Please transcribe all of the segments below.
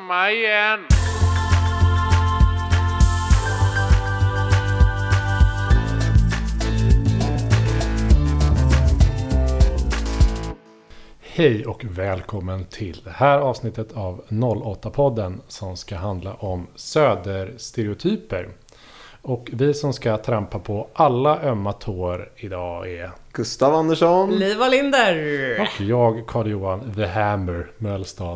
komma igen. Hej och välkommen till det här avsnittet av 08-podden som ska handla om söderstereotyper. Och vi som ska trampa på alla ömma tår idag är Gustav Andersson, Liv Linder och jag, Carl-Johan The Hammer Mölstad.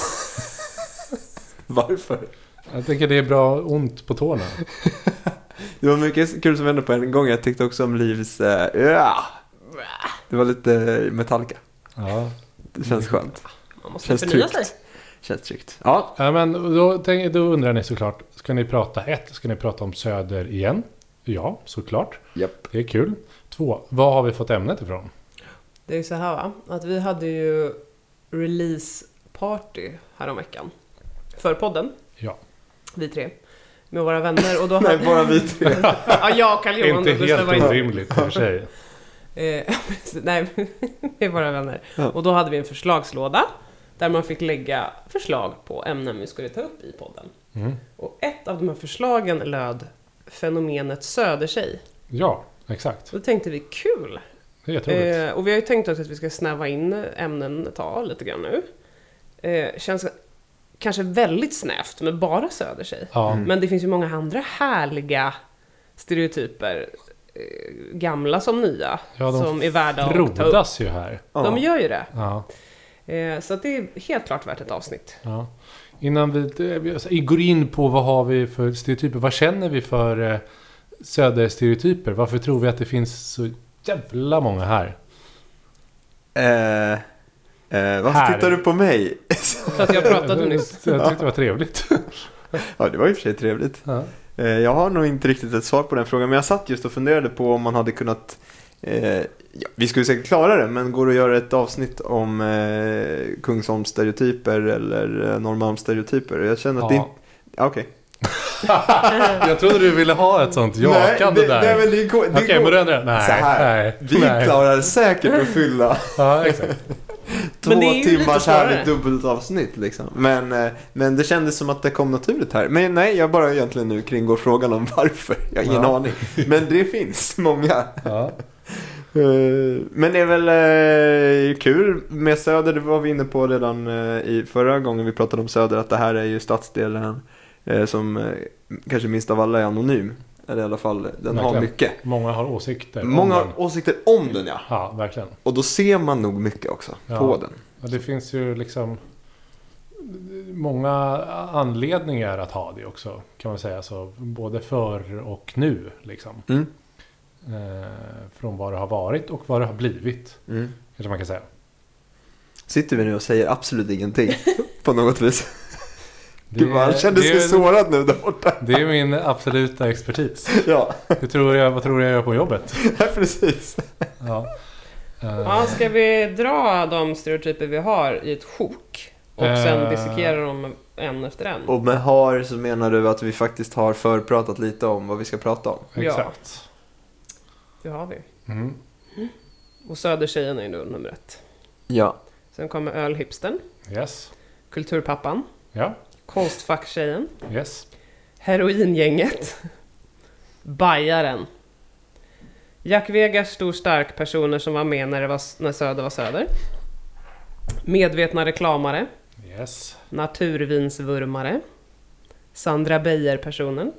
Varför? Jag tänker det är bra ont på tårna. Det var mycket kul som hände på en gång. Jag tyckte också om Livs Det var lite Metallica. Ja. Det känns skönt. Man måste Känns förnya tryggt. sig. Känns tryggt. Ja. Ja, men då undrar ni såklart, ska ni prata om Söder igen? Ja, såklart. Japp. Det är kul. 2, vad har vi fått ämnet ifrån? Det är ju så här, va? Att vi hade ju release party häromveckan för podden. Ja. Vi tre. Med våra vänner. Och då Nej, hade... bara vi tre. Ja, jag, Carl-Johan Inte och Gustav helt var inte... orimligt för sig. Nej, med våra vänner. Ja. Och då hade vi en förslagslåda där man fick lägga förslag på ämnen vi skulle ta upp i podden. Mm. Och ett av de här förslagen löd fenomenet södertjej. Ja, exakt. Då tänkte vi, kul! Det är jätteroligt. Och vi har ju tänkt också att vi ska snäva in ämnen ett tag lite grann nu. Känns kanske väldigt snävt med bara södertjej. Ja. Men det finns ju många andra härliga stereotyper, gamla som nya, Ja, de som är värda att ta upp. frodas ju här. De gör ju det. Ja, Så att det är helt klart värt ett avsnitt. ja. Innan vi går in på vad har vi för stereotyper, vad känner vi för söderstereotyper? Varför tror vi att det finns så jävla många här? Varför Här. tittar du på mig? För att jag pratade nyss. Jag tyckte det var trevligt. Ja, det var i och för sig trevligt. Ja. Jag har nog inte riktigt ett svar på den frågan. Men jag satt just och funderade på om man hade kunnat... vi skulle säkert klara det. Men går det att göra ett avsnitt om Kungsholmsstereotyper eller Norrmalmsstereotyper? Jag känner att det... Okej. Jag trodde du ville ha ett sånt jakande där. Nej, men det Okej, men ändrar. Nej, så här, nej. vi nej. klarar säkert att fylla Ja, exakt. 2 Men det är ju lite timmars svårare. härligt dubbeltavsnitt liksom. Men det kändes som att det kom naturligt här. Men nej, jag bara egentligen nu kringgår frågan om varför. Jag har ingen aning. Men det finns många. Ja. Men det är väl kul med Söder. Det var vi inne på redan i förra gången vi pratade om Söder. Att det här är ju stadsdelen som kanske minst av alla är anonym. Eller i alla fall, den Verkligen. har mycket. Många har åsikter Många om har den. åsikter om den, ja. Ja, verkligen. Och då ser man nog mycket också på den. Ja, det finns ju liksom många anledningar att ha det också, kan man säga så. Både för och nu liksom. Mm. Från vad det har varit och vad det har blivit. Mm. Kanske man kan säga. Sitter vi nu och säger absolut ingenting på något vis. Det, Gud, han kände sig sårad nu där borta. Det är min absoluta expertis. Ja, Vad tror jag gör på jobbet? precis. Ja. Ja, ska vi dra de stereotyper vi har i ett sjok och sen dissekera dem en efter en? Och med har så menar du att vi faktiskt har förpratat lite om vad vi ska prata om. Exakt. Det har vi. Mm. Och södertjejen är ju nummer 1. Ja. Sen kommer ölhipstern, Yes. kulturpappan, Ja. konstfacktjejen, Yes. heroingänget, bajaren, Jack Vegas stor stark personer som var med när Söder var Söder, medvetna reklamare, Yes. naturvinsvurmare, Sandra Beijer-personen,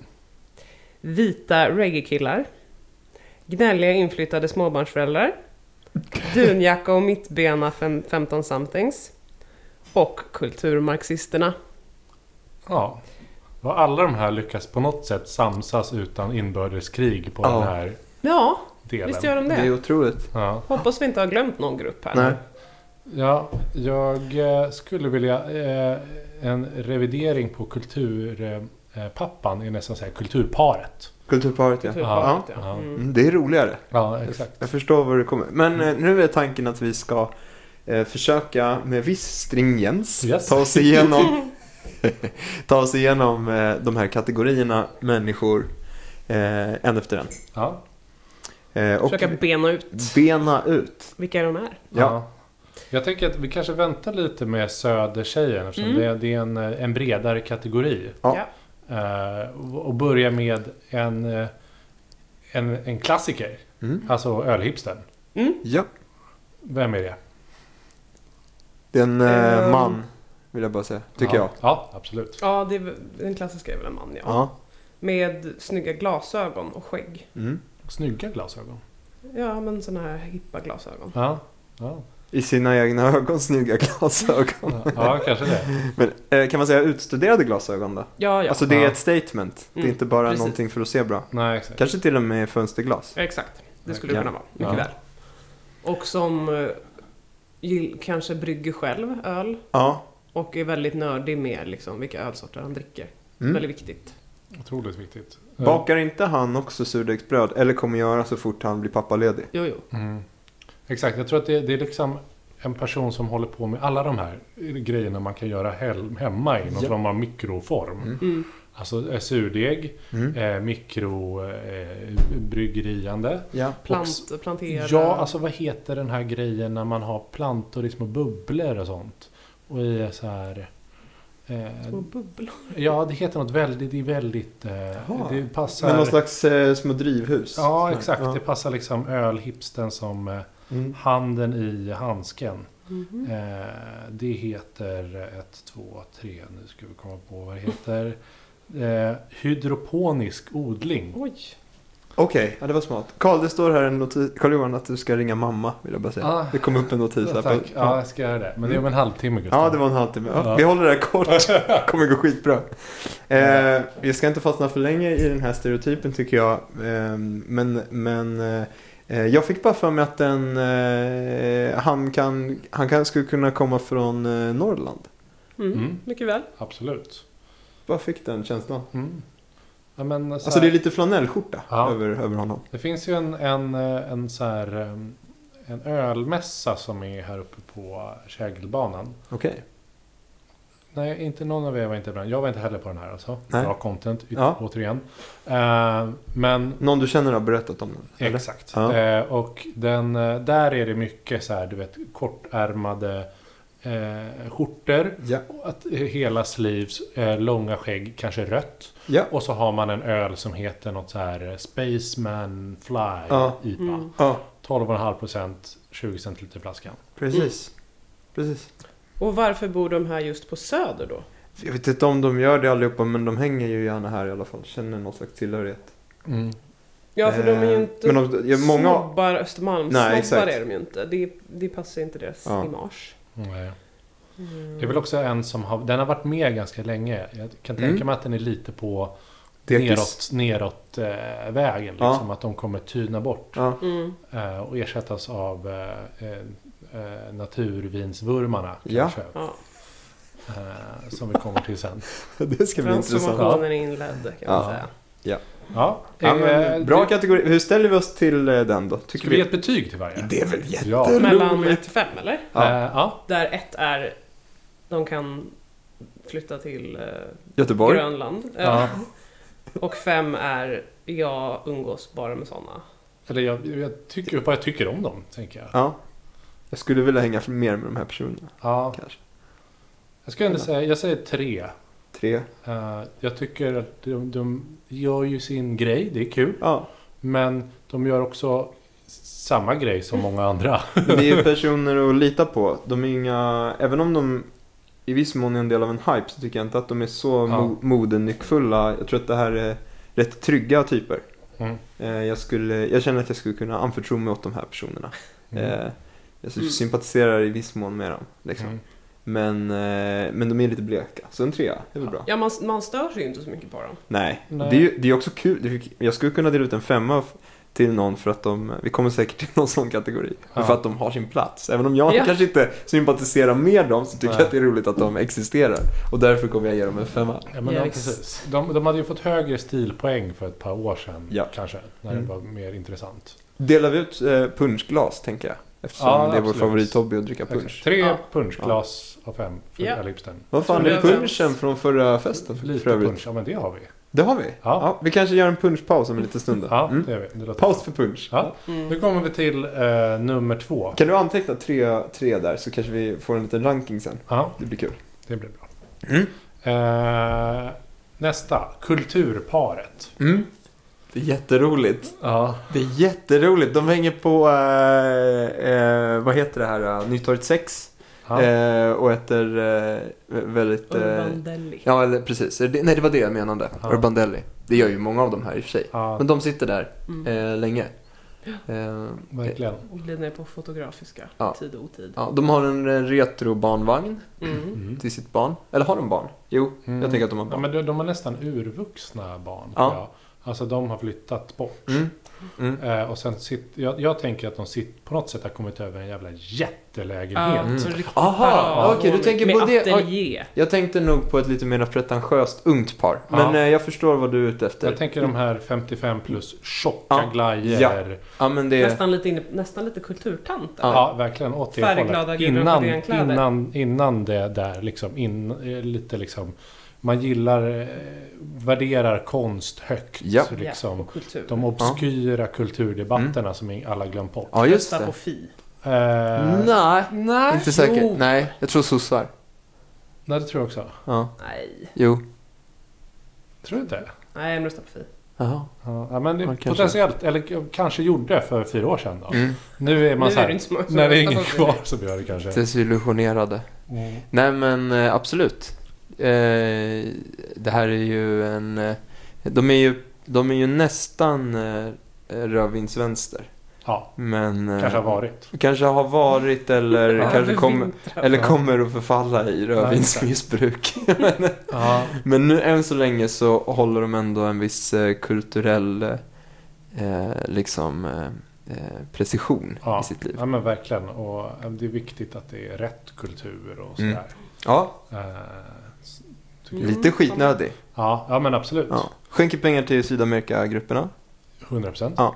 vita reggae-killar, gnälliga inflyttade småbarnsföräldrar, dunjacka och mittbena 15-somethings och kulturmarxisterna. Ja. Och alla de här lyckas på något sätt samsas utan inbördeskrig på den här Ja, delen. visst gör de Det är det. otroligt. Ja. Hoppas vi inte har glömt någon grupp här. Nej. Ja, jag skulle vilja en revidering på kulturpappan är nästan så här kulturparet. Kulturparet, ja. Kulturparet, Ja. ja. Mm. Det är roligare. Ja, exakt. Jag förstår vad det kommer. Men nu är tanken att vi ska försöka med viss stringens Yes. ta oss igenom de här kategorierna människor en efter en. Ja. Och Försöka bena ut bena ut. vilka de är. Ja. Jag tänker att vi kanske väntar lite med Södertjejen eftersom det är en bredare kategori. Ja. Och börja med en klassiker. Alltså ölhipstern. Ja. Vem är det? Det är en man, vill jag bara säga. Tycker jag. Ja, absolut. Ja, den klassiska är väl en man, ja. Med snygga glasögon och skägg. Snygga glasögon. Ja, men såna här hippa glasögon. Ja. I sina egna ögon snygga glasögon. Ja, kanske det. Men kan man säga utstuderade glasögon då? Ja. Alltså det är ett statement. Det är inte bara precis. någonting för att se bra. Nej, exakt. Kanske till och med fönsterglas. Exakt, det skulle det kunna vara. Mycket Ja. väl. Och som kanske brygger själv öl. Ja. Och är väldigt nördig med liksom, vilka ölsorter han dricker. Väldigt viktigt. Otroligt viktigt. Bakar inte han också surdegsbröd? Eller kommer göra så fort han blir pappaledig? Jo. Exakt, jag tror att det är liksom en person som håller på med alla de här grejerna man kan göra hemma i någon form av mikroform. Alltså surdeg, mikrobryggeriande. Ja. Plantera. Ja, alltså vad heter den här grejen när man har plantor i små bubblor och sånt? Och i så här... Små bubblor. Ja, det heter något väldigt... Det passar... Men någon slags små drivhus. Ja, exakt. Ja. Det passar liksom ölhipsten som handen i handsken. Det heter 1, 2, 3. Nu ska vi komma på vad det heter. Hydroponisk odling. Oj. Okej, ja, det var smart. Karl, det står här en notis. Karl-Johan, att du ska ringa mamma, vill jag bara säga. Det kom upp en notis här. Tack. Ja, jag ska göra det. Men det är om en halvtimme, Gustav. Ja, det var en halvtimme. Ja. Vi håller det här kort. Det kommer gå skitbra. Vi ska inte fastna för länge i den här stereotypen, tycker jag. Men jag fick bara för mig att han skulle kunna komma från Norrland. Mycket väl. Absolut. Vad fick den känslan? Ja, men, alltså det är lite flanellskjorta över honom. Det finns ju en ölmässa som är här uppe på Kägelbanan. Okej. Nej, inte någon av er var inte bra. Jag var inte heller på den här alltså. Nej. Bra content, återigen. Men... Någon du känner har berättat om den? Eller? Exakt. Och där är det mycket så här, du vet, kortärmade skjortor. Ja. Att hela sleeves, långa skägg, kanske rött. Ja. Och så har man en öl som heter något så här Spaceman Fly IPA. 12,5%, 20 centiliter flaskan. Precis. Och varför bor de här just på Söder då? Jag vet inte om de gör det allihopa, men de hänger ju gärna här i alla fall. Känner någon slags tillhörighet. Ja, för de är ju inte många... snobbar, Östermalmssnobbar är de ju inte. Det passar inte deras image. Nej. Det är väl också en som den har varit med ganska länge. Jag kan tänka mig att den är lite på neråt vägen. Liksom, att de kommer tyna bort. Och ersättas av naturvinsvurmarna. Kanske. Som vi kommer till sen. Det ska bli intressant. Transformationen är inledd, kan man säga. Men bra kategori. Hur ställer vi oss till den då? Ska vi ge ett betyg till varje? Det är väl jätteroligt. Mellan 1 till 5, eller? Ja. Där 1 är de kan flytta till Göteborg. Grönland. Och 5 är jag umgås bara med sådana. Eller jag tycker om dem, tänker jag. Ja. Jag skulle vilja hänga mer med de här personerna. Ja. Kanske. Jag skulle ändå säga, jag säger 3. 3. Jag tycker att de gör ju sin grej, det är kul. Ja. Men de gör också samma grej som många andra. Det är ju personer att lita på. De är inga, även om de i viss mån är en del av en hype, så tycker jag inte att de är så modenyckfulla. Jag tror att det här är rätt trygga typer. Jag känner att jag skulle kunna anförtro mig åt de här personerna. Jag sympatiserar i viss mån med dem. Liksom. Men de är lite bleka. Så en 3 är väl bra. Ja, man stör sig ju inte så mycket på dem. Nej. Det är också kul. Jag skulle kunna dela ut en 5 till någon för att vi kommer säkert till någon sån kategori. För att de har sin plats. Även om jag kanske inte sympatiserar med dem, så tycker jag att det är roligt att de existerar. Och därför kommer jag ge dem en 5. Ja, men precis. De hade ju fått högre stilpoäng för ett par år sedan. Kanske. När det var mer intressant. Delar vi ut punschglas, tänker jag. Eftersom det är vår favorithobby att dricka punsch. 3 punschglas av 5 för ölhipstern. Vad fan är punschen från förra festen? Lite punsch, ja men det har vi. Det har vi. Ja. Vi kanske gör en punchpaus om en liten stund då. Ja, det gör vi. Det låter Paus för punch. Ja. Nu kommer vi till nummer 2. Kan du anteckna tre där så kanske vi får en liten ranking sen. Ja, Det blir kul. det blir bra. Nästa, kulturparet. Det är jätteroligt. Ja. Det är jätteroligt. De hänger på, vad heter det här? Nytorget 6. Och äter väldigt... Urban Deli. ja, eller, precis. Nej, det var det jag menade. Ja. Urban Deli. Det gör ju många av dem här i och för sig. Ja, Men de sitter där länge. verkligen. Och glider på fotografiska. Ja. Tid och otid. Ja, de har en retro barnvagn till sitt barn. Eller har de barn? Jo, jag tänker att de har Ja, barn. men de har nästan urvuxna barn. Ja. Tror jag. Alltså de har flyttat bort. Och sen jag tänker att de på något sätt har kommit över en jävla jättelägenhet. Ja, så riktigt Aha, okej, du tänker med på det. ateljé. Jag tänkte nog på ett lite mer pretentiöst ungt par. Ja. Men jag förstår vad du är ute efter. Jag tänker de här 55 plus tjocka Ja. glajer. Ja, men det... Nästan lite kulturtanter. Ja, verkligen åt det Färgglada hållet. gudrun Innan det där liksom, lite liksom, man gillar, värderar konst högt. Ja. Liksom, och kultur. de obskyra kulturdebatterna som alla glömt bort. Ja, just Rösta det. på Fi. Nej, inte säker. Jo. Nej, jag tror sossar. Nej, det tror jag också. Ja, Nej. jo. Tror du inte? Nej, jag röstar på Fi. Jaha. Ja, men det, Ja, kanske. potentiellt, eller kanske gjorde för 4 år sedan då. Nu är man Nu så är här, det inte så många som när det är röstar ingen på Fi. kvar som gör det kanske. Desillusionerade. Nej, men absolut. Det här är ju en... De är ju nästan rödvinsvänster. Ja, Men... kanske har varit. Kanske har varit eller Ja, kanske Övervintrar. kommer att förfalla i rödvinsmissbruk. Ja, Men nu än så länge så håller de ändå en viss kulturell precision i sitt liv. Ja, men verkligen. Och det är viktigt att det är rätt kultur och sådär. Ja, Tycker jag. lite skitnödig. Ja, men absolut. Ja. Skänker pengar till Sydamerika-grupperna. 100%. Ja.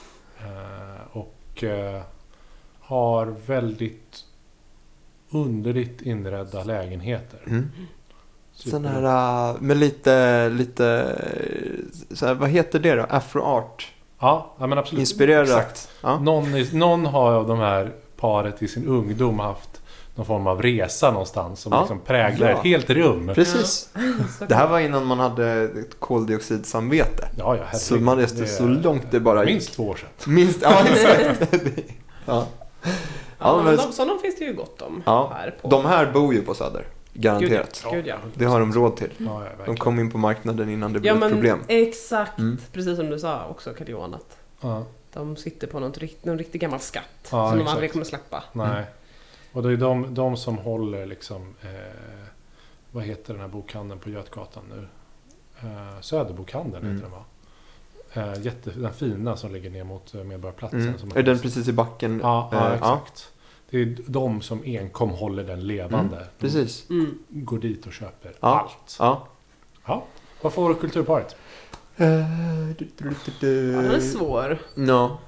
Och har väldigt underligt inredda lägenheter. Sån här med lite så här, vad heter det då? Afro-art. Ja, men absolut. Inspirerat. Exakt. Ja. Någon har av de här paret i sin ungdom haft någon form av resa någonstans som liksom präglar ett helt rum. Precis. Det här var innan man hade ett koldioxidsamvete. Ja, herregud. Så man reste så långt det bara gick. Minst 2 år sedan. Minst, ja exakt. Ja. Ja, men, men sådana finns det ju gott om här på. de här bor ju på Söder. Garanterat. Gud, ja. Det har de råd till. Ja, De kom in på marknaden innan det blev Ja, ett problem. men exakt. Precis som du sa också, Carl-Johan, att Ja. de sitter på någon riktigt gammal skatt Ja, som de exakt. aldrig kommer släppa. Nej. Och det är de som håller liksom, vad heter den här bokhandeln på Götgatan nu? Söderbokhandeln heter den, va? Den fina som ligger ner mot Medborgarplatsen. Som Är den precis i backen? Ja, exakt. Det är de som enkom håller den levande. Precis. De går dit och köper Ja. allt. Ja. Ja. Vad får kulturparet? Ja, den är svår. Ja.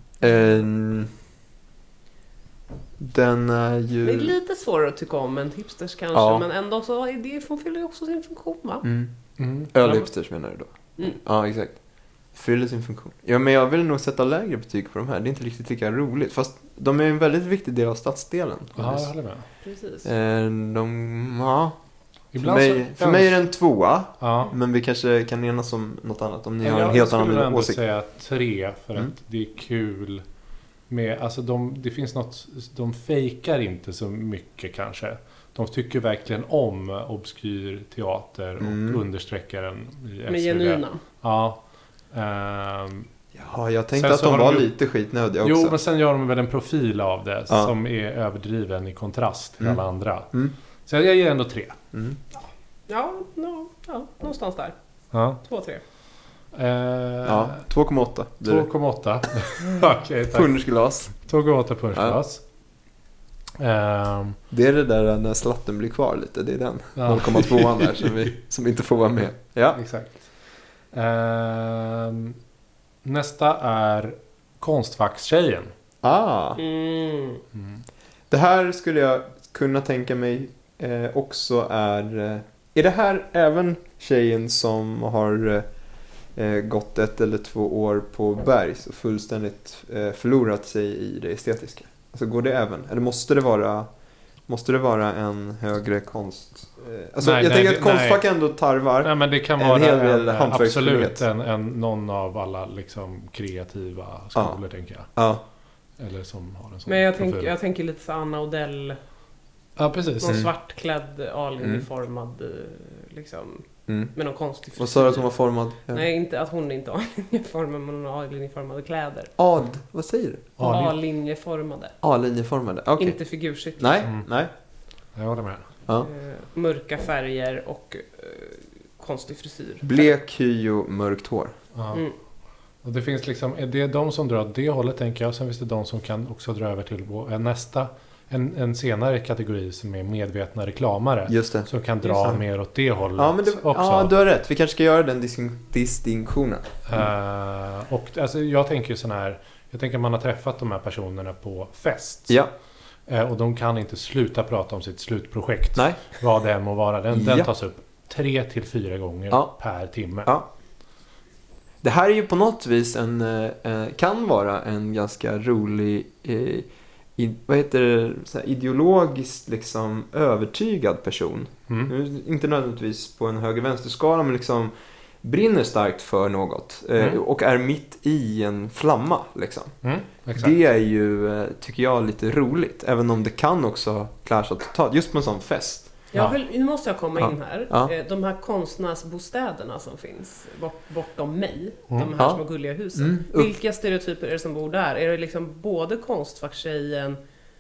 Den är ju... Det är lite svårare att tycka om än hipsters kanske, Ja. men ändå så är det fyller ju också sin funktion, va? Ölhipsters menar du då? Ja, exakt. Fyller sin funktion. Ja, men jag vill nog sätta lägre betyg på de här. Det är inte riktigt lika roligt. Fast de är en väldigt viktig del av stadsdelen. Mm. Ja, jag håller med. Precis. För mig är det en 2. Ja. Men vi kanske kan enas om något annat. Om ni har en Jag helt skulle annan ändå åsikt. säga 3 för att det är kul med, alltså det finns något, de fejkar inte så mycket kanske. De tycker verkligen om obskyr teater och understräckar den i SvD. Med genuina. Ja. Ja, jag tänkte Sen att så de har var de ju- lite skitnödiga också. Jo, men sen gör de väl en profil av det Ja. som är överdriven i kontrast till alla andra. Så jag ger ändå 3. Ja, någonstans där. Ja. 2-3. Ja, 2,8. blir det. 2,8. Okej, tack. Punschglas. 2,8 punschglas. Det är det där när slatten blir kvar lite. Det är den. Ja. 0,2 där som inte får vara med. Ja. Exakt. Nästa är Konstfackstjejen. Det här skulle jag kunna tänka mig också är Är det här även tjejen som har gått 1 eller 2 år på Bergs och fullständigt förlorat sig i det estetiska? Alltså går det även? Eller måste det vara en högre konst? Alltså Nej, jag tänker det- att Konstfack ändå tarvar. Nej, men det kan En vara hel del absolut hantverkskunnighet. någon av alla liksom kreativa skolor, tänker jag. Ja. Eller som har en sån Men profil. jag tänker lite så Anna Odell, Ja, precis. någon svartklädd A-linjeformad liksom, Mm. med någon konstig Vad sa du att hon var formad? Nej, inte att hon inte har A-linjeformad, men hon har A-linjeformade kläder. Vad säger du? A-linjeformade. A-linjeformade. Okej. Inte figurcykel. Nej, Mm. nej. Jag håller med. Ja. Mörka färger och konstig frisyr. Blek hy och mörkt hår. Ja. Mm. Och det finns liksom, det är de som drar åt det hållet, tänker jag. Sen finns det de som kan också dra över till en senare kategori som är medvetna reklamare. Just det. Som kan Just dra det. mer åt det hållet Ja, men också. du har rätt. Vi kanske ska göra den distinktionen. Och alltså, jag tänker ju sån här, jag tänker att man har träffat de här personerna på fest. Ja. Och de kan inte sluta prata om sitt slutprojekt. Nej. Vad det än må vara. Den Ja. tas upp 3 till 4 gånger Ja. per timme. Ja. Det här är ju på något vis kan vara en ganska rolig så här, ideologiskt liksom övertygad person. Mm. Inte nödvändigtvis på en höger-vänster-skala, men liksom brinner starkt för något och är mitt i en flamma liksom. Exakt. Det är ju, tycker jag, lite roligt, även om det kan också clasha totalt, just på en sån fest. Nu måste jag komma in här. Ja. De här konstnärsbostäderna som finns bortom mig, Mm. de här Ja. små gulliga husen. Mm. Vilka stereotyper är det som bor där? Är det liksom både konstfacktjejen,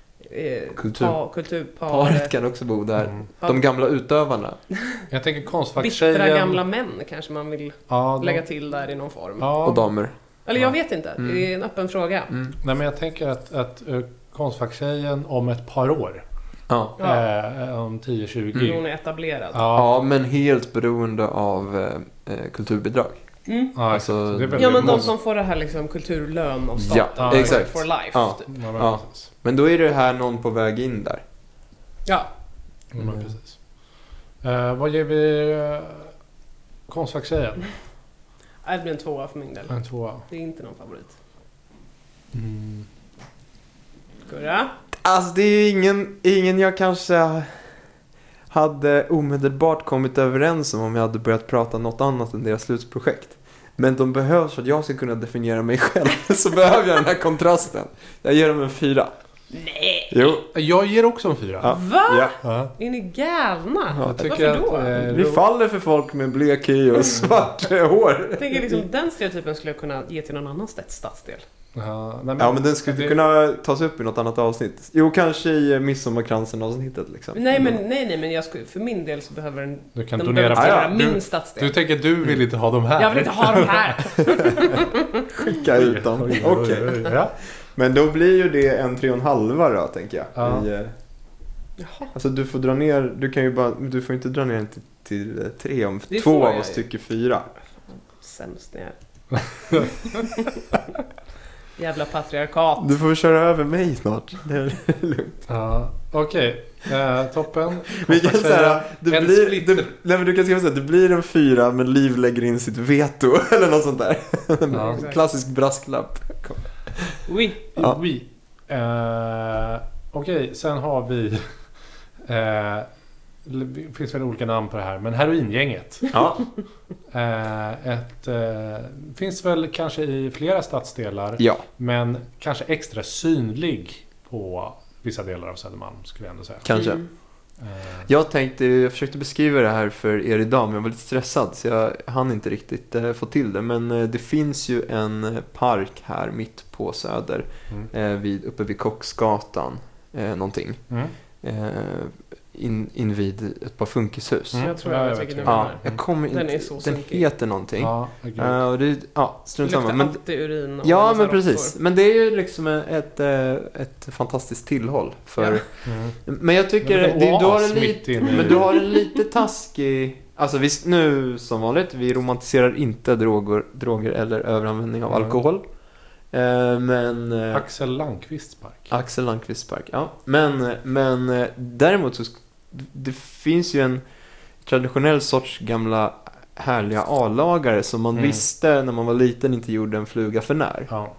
Paret kulturparet, kan också bo där. Mm. De gamla utövarna. Jag tänker bittra konstfackstjejen. gamla män kanske man vill lägga till där i någon form? Ja. Och damer. Eller jag vet inte, det är en öppen fråga. Mm. Nej, men jag tänker att konstfackstjejen om ett par år. Ja. Om 10-20. Hon är etablerad. Ja, men helt beroende av kulturbidrag. Mm. Ja, Alltså- det är väl Ja, men de måste- som får det här liksom kulturlön av Ja, staten. exakt. For life. Ja. Typ. Ja, men Ja. precis. Men då är det här någon på väg in där. Ja. Ja, men precis. Vad ger vi konstfackstjejen? Det blir en 2 för min del. En 2. Det är inte någon favorit. Mm. Gurra? Alltså det är ju ingen jag kanske hade omedelbart kommit överens om jag hade börjat prata något annat än deras slutprojekt. Men de behövs för att jag ska kunna definiera mig själv. Så behöver jag den här kontrasten. Jag ger dem en 4. Nej! Jo. Jag ger också en 4. Ja. Va? Ja. Ja. Är ni galna? Jag tycker Varför då? Vi faller för folk med blek hy och svart hår. Jag tänker liksom, den stereotypen skulle jag kunna ge till någon annan stadsdel. Ja, nej, Ja, men den skulle det- kunna tas upp i något annat avsnitt. Jo, kanske i midsommarkransen-avsnittet liksom. Nej, men jag skulle, för min del så behöver den... Du kan den donera behöver Ja, tillhöra ja. min stadsdel. Du tänker du vill inte ha de här? Jag vill inte ha de här! Skicka ut dem. Oj, Okej. oj, oj, ja. Men då blir ju det en 3,5 då, tänker jag. Ja. Jaha. Alltså du får dra ner, du får inte dra ner den till 3 om Det 2 får av jag oss ju. tycker 4. Sämst när jag... Jävla patriarkat. Du får köra över mig snart. Det är lugnt. Ja, okej. Toppen. Vi kan säga, En splitter. nej men du kan skriva så här, det blir en 4 men Liv lägger in sitt veto eller något sånt där. Ja. Klassisk brasklapp. Oui. Ja. Oui. Okej, sen har vi... det finns väl olika namn på det här, men heroingänget. Ja. Finns väl kanske i flera stadsdelar, Ja. men kanske extra synlig på vissa delar av Södermalm, skulle jag ändå säga. Kanske. Mm. Jag försökte beskriva det här för er idag, men jag var lite stressad så jag hann inte riktigt få till det. Men det finns ju en park här mitt på Söder, uppe vid Kocksgatan, någonting. Invid ett par funkishus. Mm. Jag tror jag vet vilken du Ja, menar. jag kommer Den inte, är så den sunkig. heter någonting. Ja, gud. Strunt Det samma. luktar Men, alltid urin och ja, massa men råttor. precis. Men det är ju liksom ett fantastiskt tillhåll för. Men jag tycker Men du har oas en mitt lite, inne i- men du har en lite taskig. Alltså visst, nu som vanligt, vi romantiserar inte droger eller överanvändning av alkohol. Men Axel Landqvists park. Axel Landqvists park, ja. Men däremot så det finns ju en traditionell sorts gamla härliga A-lagare som man visste när man var liten inte gjorde en fluga för när. Ja.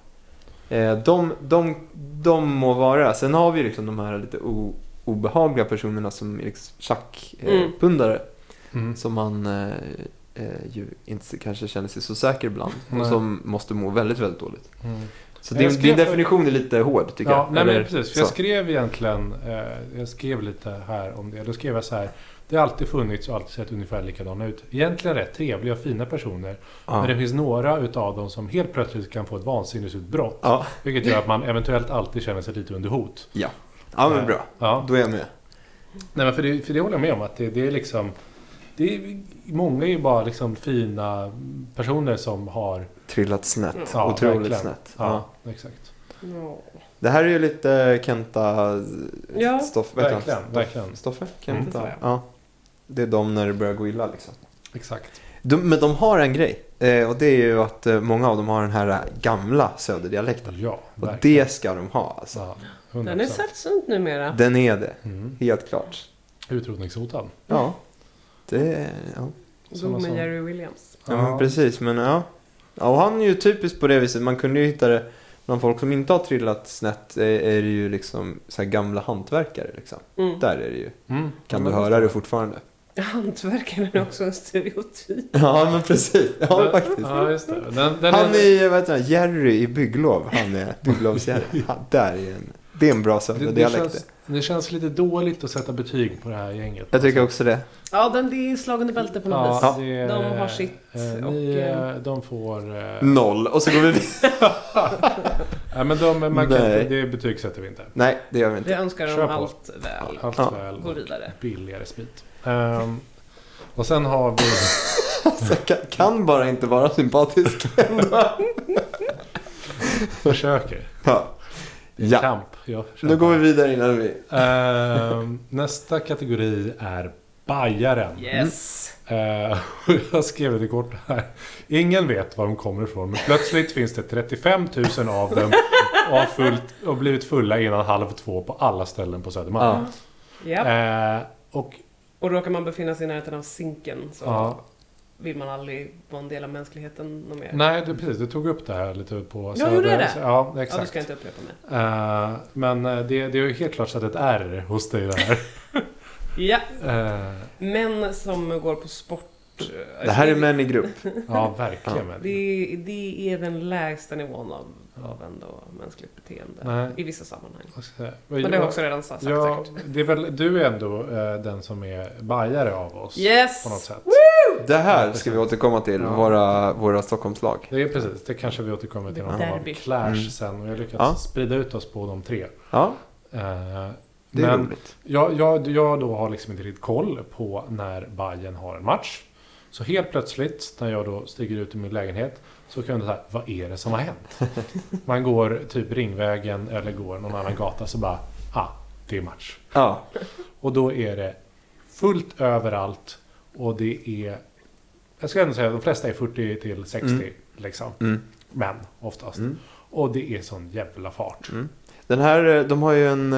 De må vara. Sen har vi liksom de här lite obehagliga personerna som är liksom schackpundare som man ju inte kanske känner sig så säker ibland och som måste må väldigt, väldigt dåligt. Så din definition är lite hård tycker jag. Nej, men precis. För jag skrev egentligen jag skrev lite här om det. Då skrev jag så här: det har alltid funnits och alltid sett ungefär likadana ut. Egentligen rätt trevliga och fina personer. Men det finns några utav dem som helt plötsligt kan få ett vansinnesutbrott. Vilket gör att man eventuellt alltid känner sig lite under hot. Ja men bra. Då är jag med. Nej, men för det håller jag med om att det är liksom... många är ju bara liksom fina personer som har... trillat snett. Otroligt snett. Ja, exakt. Det här är ju lite Kenta verkligen. Stoffe? Kenta. Ja. Det är de när det börjar gå illa liksom. Exakt. Men de har en grej. Och det är ju att många av dem har den här gamla söderdialekten. Ja, och det ska de ha alltså. Ja, den är sällsynt numera. Den är det. Helt klart. Utrotningshotad. Ja. Det Dog med Jerry Williams. Ja, men precis. Men ja, och han är ju typiskt på det viset. Man kunde ju hitta det bland folk som inte har trillat snett. Är det ju liksom så här gamla hantverkare liksom. Där är det ju. Kan du höra det fortfarande? Hantverkaren är också en stereotyp. Ja, men precis. Ja, faktiskt. Ja, just det. Han är, vad heter han, Jerry i Bygglov. Han är Bygglovsjerry. Det är en bra söderdialekt. Det känns lite dåligt att sätta betyg på det här gänget. Jag tycker också det. Ja, det är slagen i bälte på något vis. De har sitt. De får... 0. Och så går vi Nej, men det betygsätter vi inte. Nej, det gör vi inte. Vi önskar dem allt väl. Allt väl. Gå vidare. Billigare sprit. Och sen har vi... alltså, kan bara inte vara sympatisk. Försöker. Ja. Det är kamp. Nu går vi vidare innan vi... nästa kategori är bajaren. Yes. Jag skrev det kort här. Ingen vet var de kommer ifrån. Men plötsligt finns det 35 000 av dem och blivit fulla innan 1:30 på alla ställen på Södermalm. Och råkar man befinna sig i närheten av sinken så vill man aldrig vara en del av mänskligheten någon mer. Nej, precis. Du tog upp det här lite på Söder. Jag gjorde det? Ja, exakt. Ja, du ska inte upprepa mig. Men det är ju helt klart så att ett R hos dig det här. Ja. Män som går på sport. Det här är män i grupp. Ja, verkligen. Det är den lägsta nivån av ändå mänskligt beteende i vissa sammanhang. Men det har också redan sagt säkert. Det är väl, du är ändå den som är bajare av oss. Yes! På något sätt. Woo! Det här ska vi återkomma till, våra Stockholmslag. Det är precis, det kanske vi återkommer till någon av Clash sen. Och jag lyckats sprida ut oss på de 3. Ja. Det är roligt. Jag då har liksom inte riktigt koll på när Bayern har en match. Så helt plötsligt när jag då stiger ut i min lägenhet så kan jag säga, vad är det som har hänt? Man går typ Ringvägen eller går någon annan gata så bara, det är match. Ja. Och då är det fullt överallt och det är, jag ska ändå säga de flesta är 40-60 liksom. Men oftast. Och det är sån jävla fart. Den här, de har ju en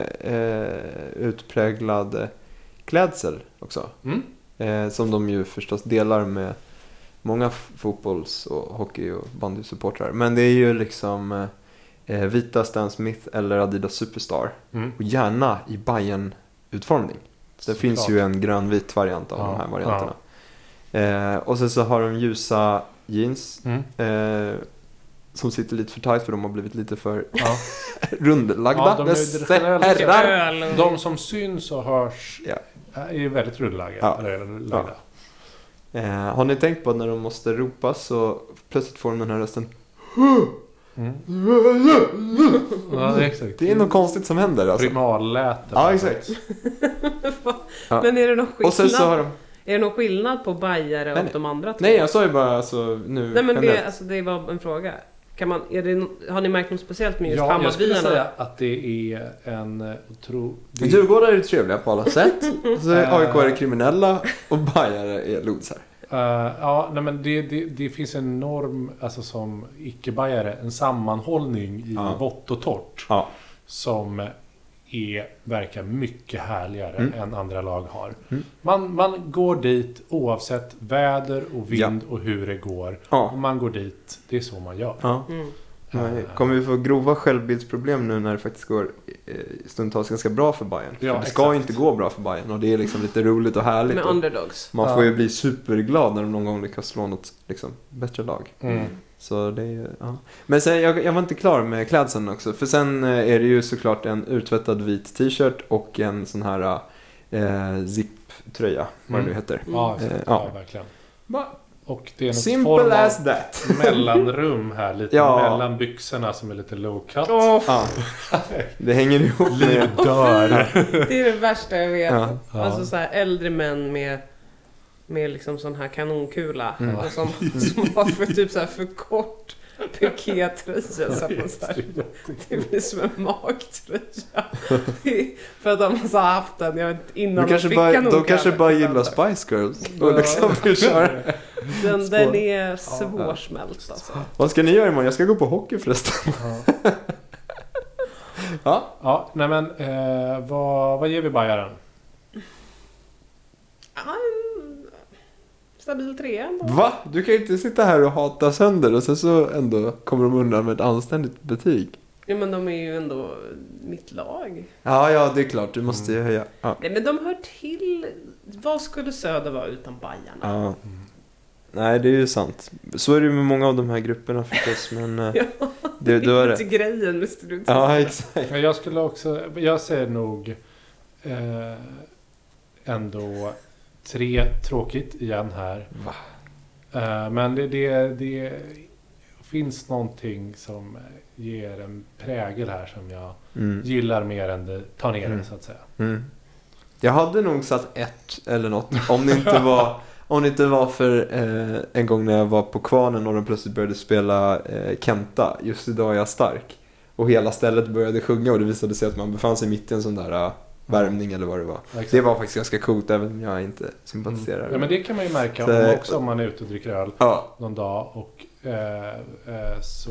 utpräglad klädsel också. Som de ju förstås delar med många fotbolls- och hockey- och bandysupportrar. Men det är ju liksom vita Stan Smith eller Adidas Superstar. Och gärna i Bayern-utformning. Det finns ju en grön-vit variant av de här varianterna. Och sen så har de ljusa jeans. Som sitter lite för tight för de har blivit lite för rundlagda. De som syns och hörs är väldigt rundlagda. Har ni tänkt på att när de måste ropa så plötsligt får de den här rösten? Det är något konstigt som händer alltså. Primalläten. Ja, exakt. Men är det någon skillnad? Och sen så har de... Är det någon skillnad på bajare och de andra två? Nej, jag sa ju bara alltså, nu. Nej, men det var en fråga. Har ni märkt något speciellt med just Hammarbyarna? Jag skulle säga att det är en Djurgårdar är trevliga på alla sätt. Så AIK är kriminella och bajare är lodsar. Men det finns en norm, alltså som icke-bajare, en sammanhållning i vått och torrt som verkar mycket härligare än andra lag har. Man går dit oavsett väder och vind och hur det går. Ja. Och man går dit, det är så man gör. Ja. Kommer vi få grova självbildsproblem nu när det faktiskt går stundtals ganska bra för Bayern? Ja, det ska inte gå bra för Bayern och det är liksom lite roligt och härligt. Med underdogs. Man får ju bli superglad när de någon gång lyckas slå något liksom, bättre lag. Så det är ju, ja. Men sen, jag var inte klar med klädseln också. För sen är det ju såklart en uttvättad vit t-shirt och en sån här zip-tröja. Vad det nu heter. Ja, verkligen. Och det är något Simple form as av that. mellanrum här. Lite mellan byxorna som är lite low cut. Ja. Det hänger ihop med... Livet dör. Det är det värsta jag vet. Ja. Alltså så här äldre män med liksom sån här kanonkula. Och som har för typ så här för kort pikétröja. Så att man så här, det blir som en magtröja. För att de har haft den, jag vet inte, innan de fick kanonkula. De kanske bara gillar Spice Girls. Och liksom den är svårsmält alltså. Vad ska ni göra imorgon? Jag ska gå på hockey förresten. Ja, nej men vad ger vi Bayern? Stabil 3. Va? Du kan ju inte sitta här och hata sönder och sen så ändå kommer de undan med ett anständigt betyg. Ja, men de är ju ändå mitt lag. Ja, det är klart. Du måste ju höja. Ja. Nej, men de hör till. Vad skulle Söder vara utan Bajarna? Ja. Nej, det är ju sant. Så är det ju med många av de här grupperna förstås. Men det är inte grejen, måste du inte. Ja, exakt. Jag säger nog ändå 3 tråkigt igen här. Va? Men det finns någonting som ger en prägel här som jag gillar mer än det tar ner det, så att säga. Jag hade nog satt 1 eller något om det inte var för en gång när jag var på Kvarnen och de plötsligt började spela Kenta. Just idag är jag stark. Och hela stället började sjunga och det visade sig att man befann sig mitt i en sån där värmning eller vad det var. Exakt. Det var faktiskt ganska coolt även om jag inte sympatiserar. Ja, men det kan man ju märka också om man är ute och dricker öl någon dag och så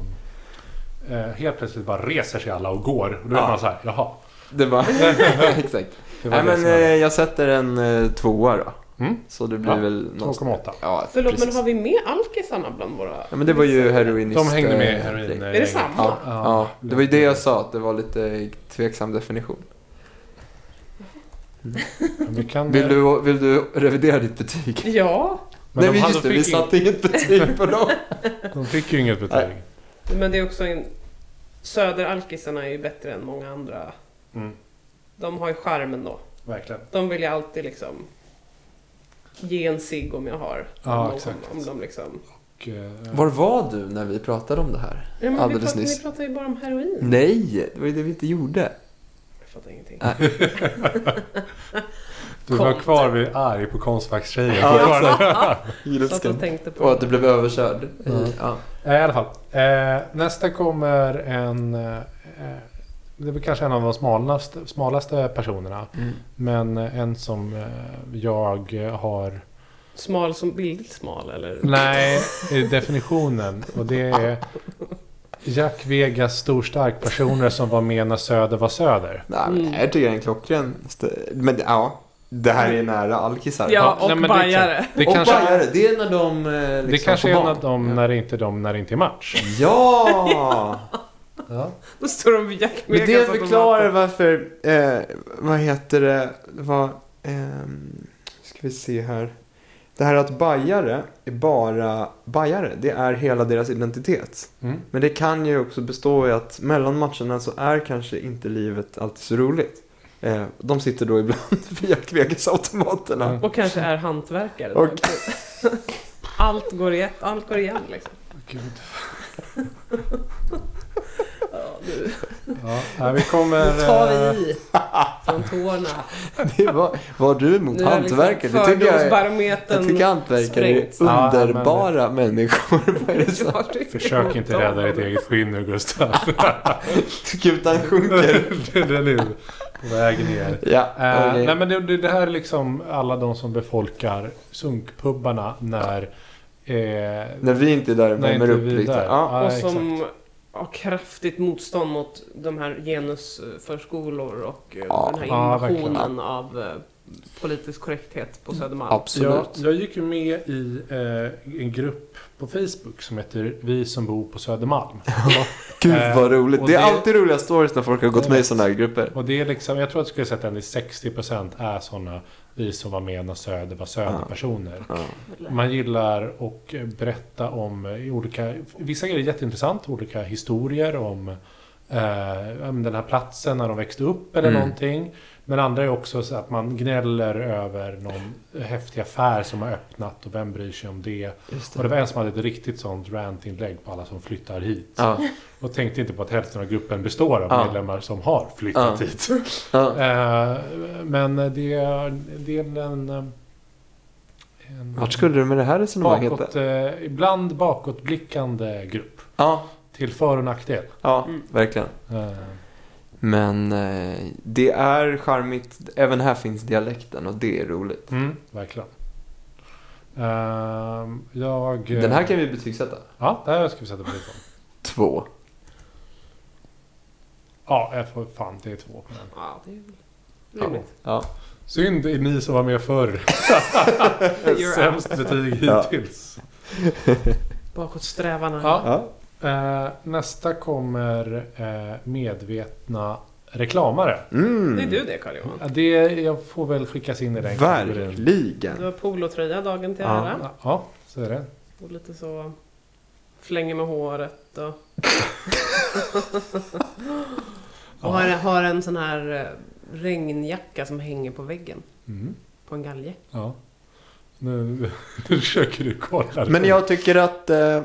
helt plötsligt bara reser sig alla och går. Och då är man så här, jaha. Det var exakt. Nej, men jag sätter en 2 då. Så det blir väl 2,8. Ja, förlåt, precis. men har vi med alkisarna bland våra? Ja, men det var ju heroinist. De hängde med i heroin. Är det samma? Ja, det var ju det jag sa, att det var lite tveksam definition. Vill du revidera ditt betyg? Ja. Men nej, just det, vi satte inget betyg på dem. De fick ju inget betyg. Men det är också Söderalkisarna är ju bättre än många andra. De har ju charmen då. Verkligen. De vill ju alltid liksom ge en cigg om jag har. Om de liksom... Var var du när vi pratade om det här? Ja, men alldeles nyss. Vi pratade ju bara om heroin. Nej, det var ju det vi inte gjorde. Jag fattar ingenting. Du var kvar vid arg på Konstfackstjejen. Och att du blev överkörd. I alla fall. Nästa kommer det är kanske en av de smalaste personerna. Men en som jag har... Smal som bildligt smal, eller? Nej, i definitionen. Och det är Jack Vegas storstark personer som var med när Söder var Söder. Nej, jag tycker det är en klockren. Men det här är nära alkisar. Ja, och bajare. Det är när de liksom det kanske är när när det inte är match. Ja! Då står de vid Jack Vegas. Men det förklarar varför vad heter det ska vi se här. Det här att bajare är bara bajare, det är hela deras identitet. Men det kan ju också bestå i att mellan matcherna så är kanske inte livet alltid så roligt. De sitter då ibland vid Jack Vegas-automaterna. Och kanske är hantverkare. Allt går igen liksom. Gud. Ja, vi kommer... Nu tar vi från tårna. Det var du emot hantverkare? Liksom jag tycker hantverkare är underbara människor. Försök inte rädda ditt eget skinn nu, Gustav. Skutan sjunker. Den är på väg ner. Ja, okay. Nej, men det här är liksom alla de som befolkar sunkpubbarna när vi inte är där och värmer upp lite. Och som kraftigt motstånd mot de här genusförskolor och den här verkligen. invasionen av politisk korrekthet på Södermalm. Absolut. Jag gick ju med i en grupp på Facebook som heter Vi som bor på Södermalm. Gud vad roligt. och Det är det- alltid roliga stories när folk har gått med i sådana här grupper. Och det är liksom, jag tror att jag skulle sätta att 60% är sådana vi som var med när Söder var Söderpersoner. Ja. Man gillar att berätta om vissa grejer är jätteintressant, olika historier om den här platsen när de växte upp eller någonting. Men andra är också så att man gnäller över någon häftig affär som har öppnat och vem bryr sig om det. Just Och det var en som hade ett riktigt sånt rantinlägg på alla som flyttar hit. Ja. Och tänkte inte på att hälften av gruppen består av medlemmar som har flyttat hit. Ja. Men det är en Vart skulle du med det här resonemanget? ibland bakåtblickande grupp. Ja, Till för- och nackdel. ja, verkligen. Men det är charmigt. Även här finns dialekten och det är roligt. Verkligen. Den här kan vi betygsätta. Ja, det här ska vi sätta på 2. Ja, jag får fan, det är 2 på den. Ja, det är rimligt. Ja. Synd är ni som var med förr. You're Sämst betyg Ja. hittills. Bakåtsträvarna. Ja. Ja. Nästa kommer medvetna reklamare. Det är du det, Carl-Johan. Jag får väl skickas in i den kategorin. Du Verkligen. har polotröja dagen till Ja. ära. Ja, så är det. Och lite så flänger med håret och... och har en sån här regnjacka som hänger på väggen. På en galge. Ja. Nu försöker du kolla. Men jag tycker att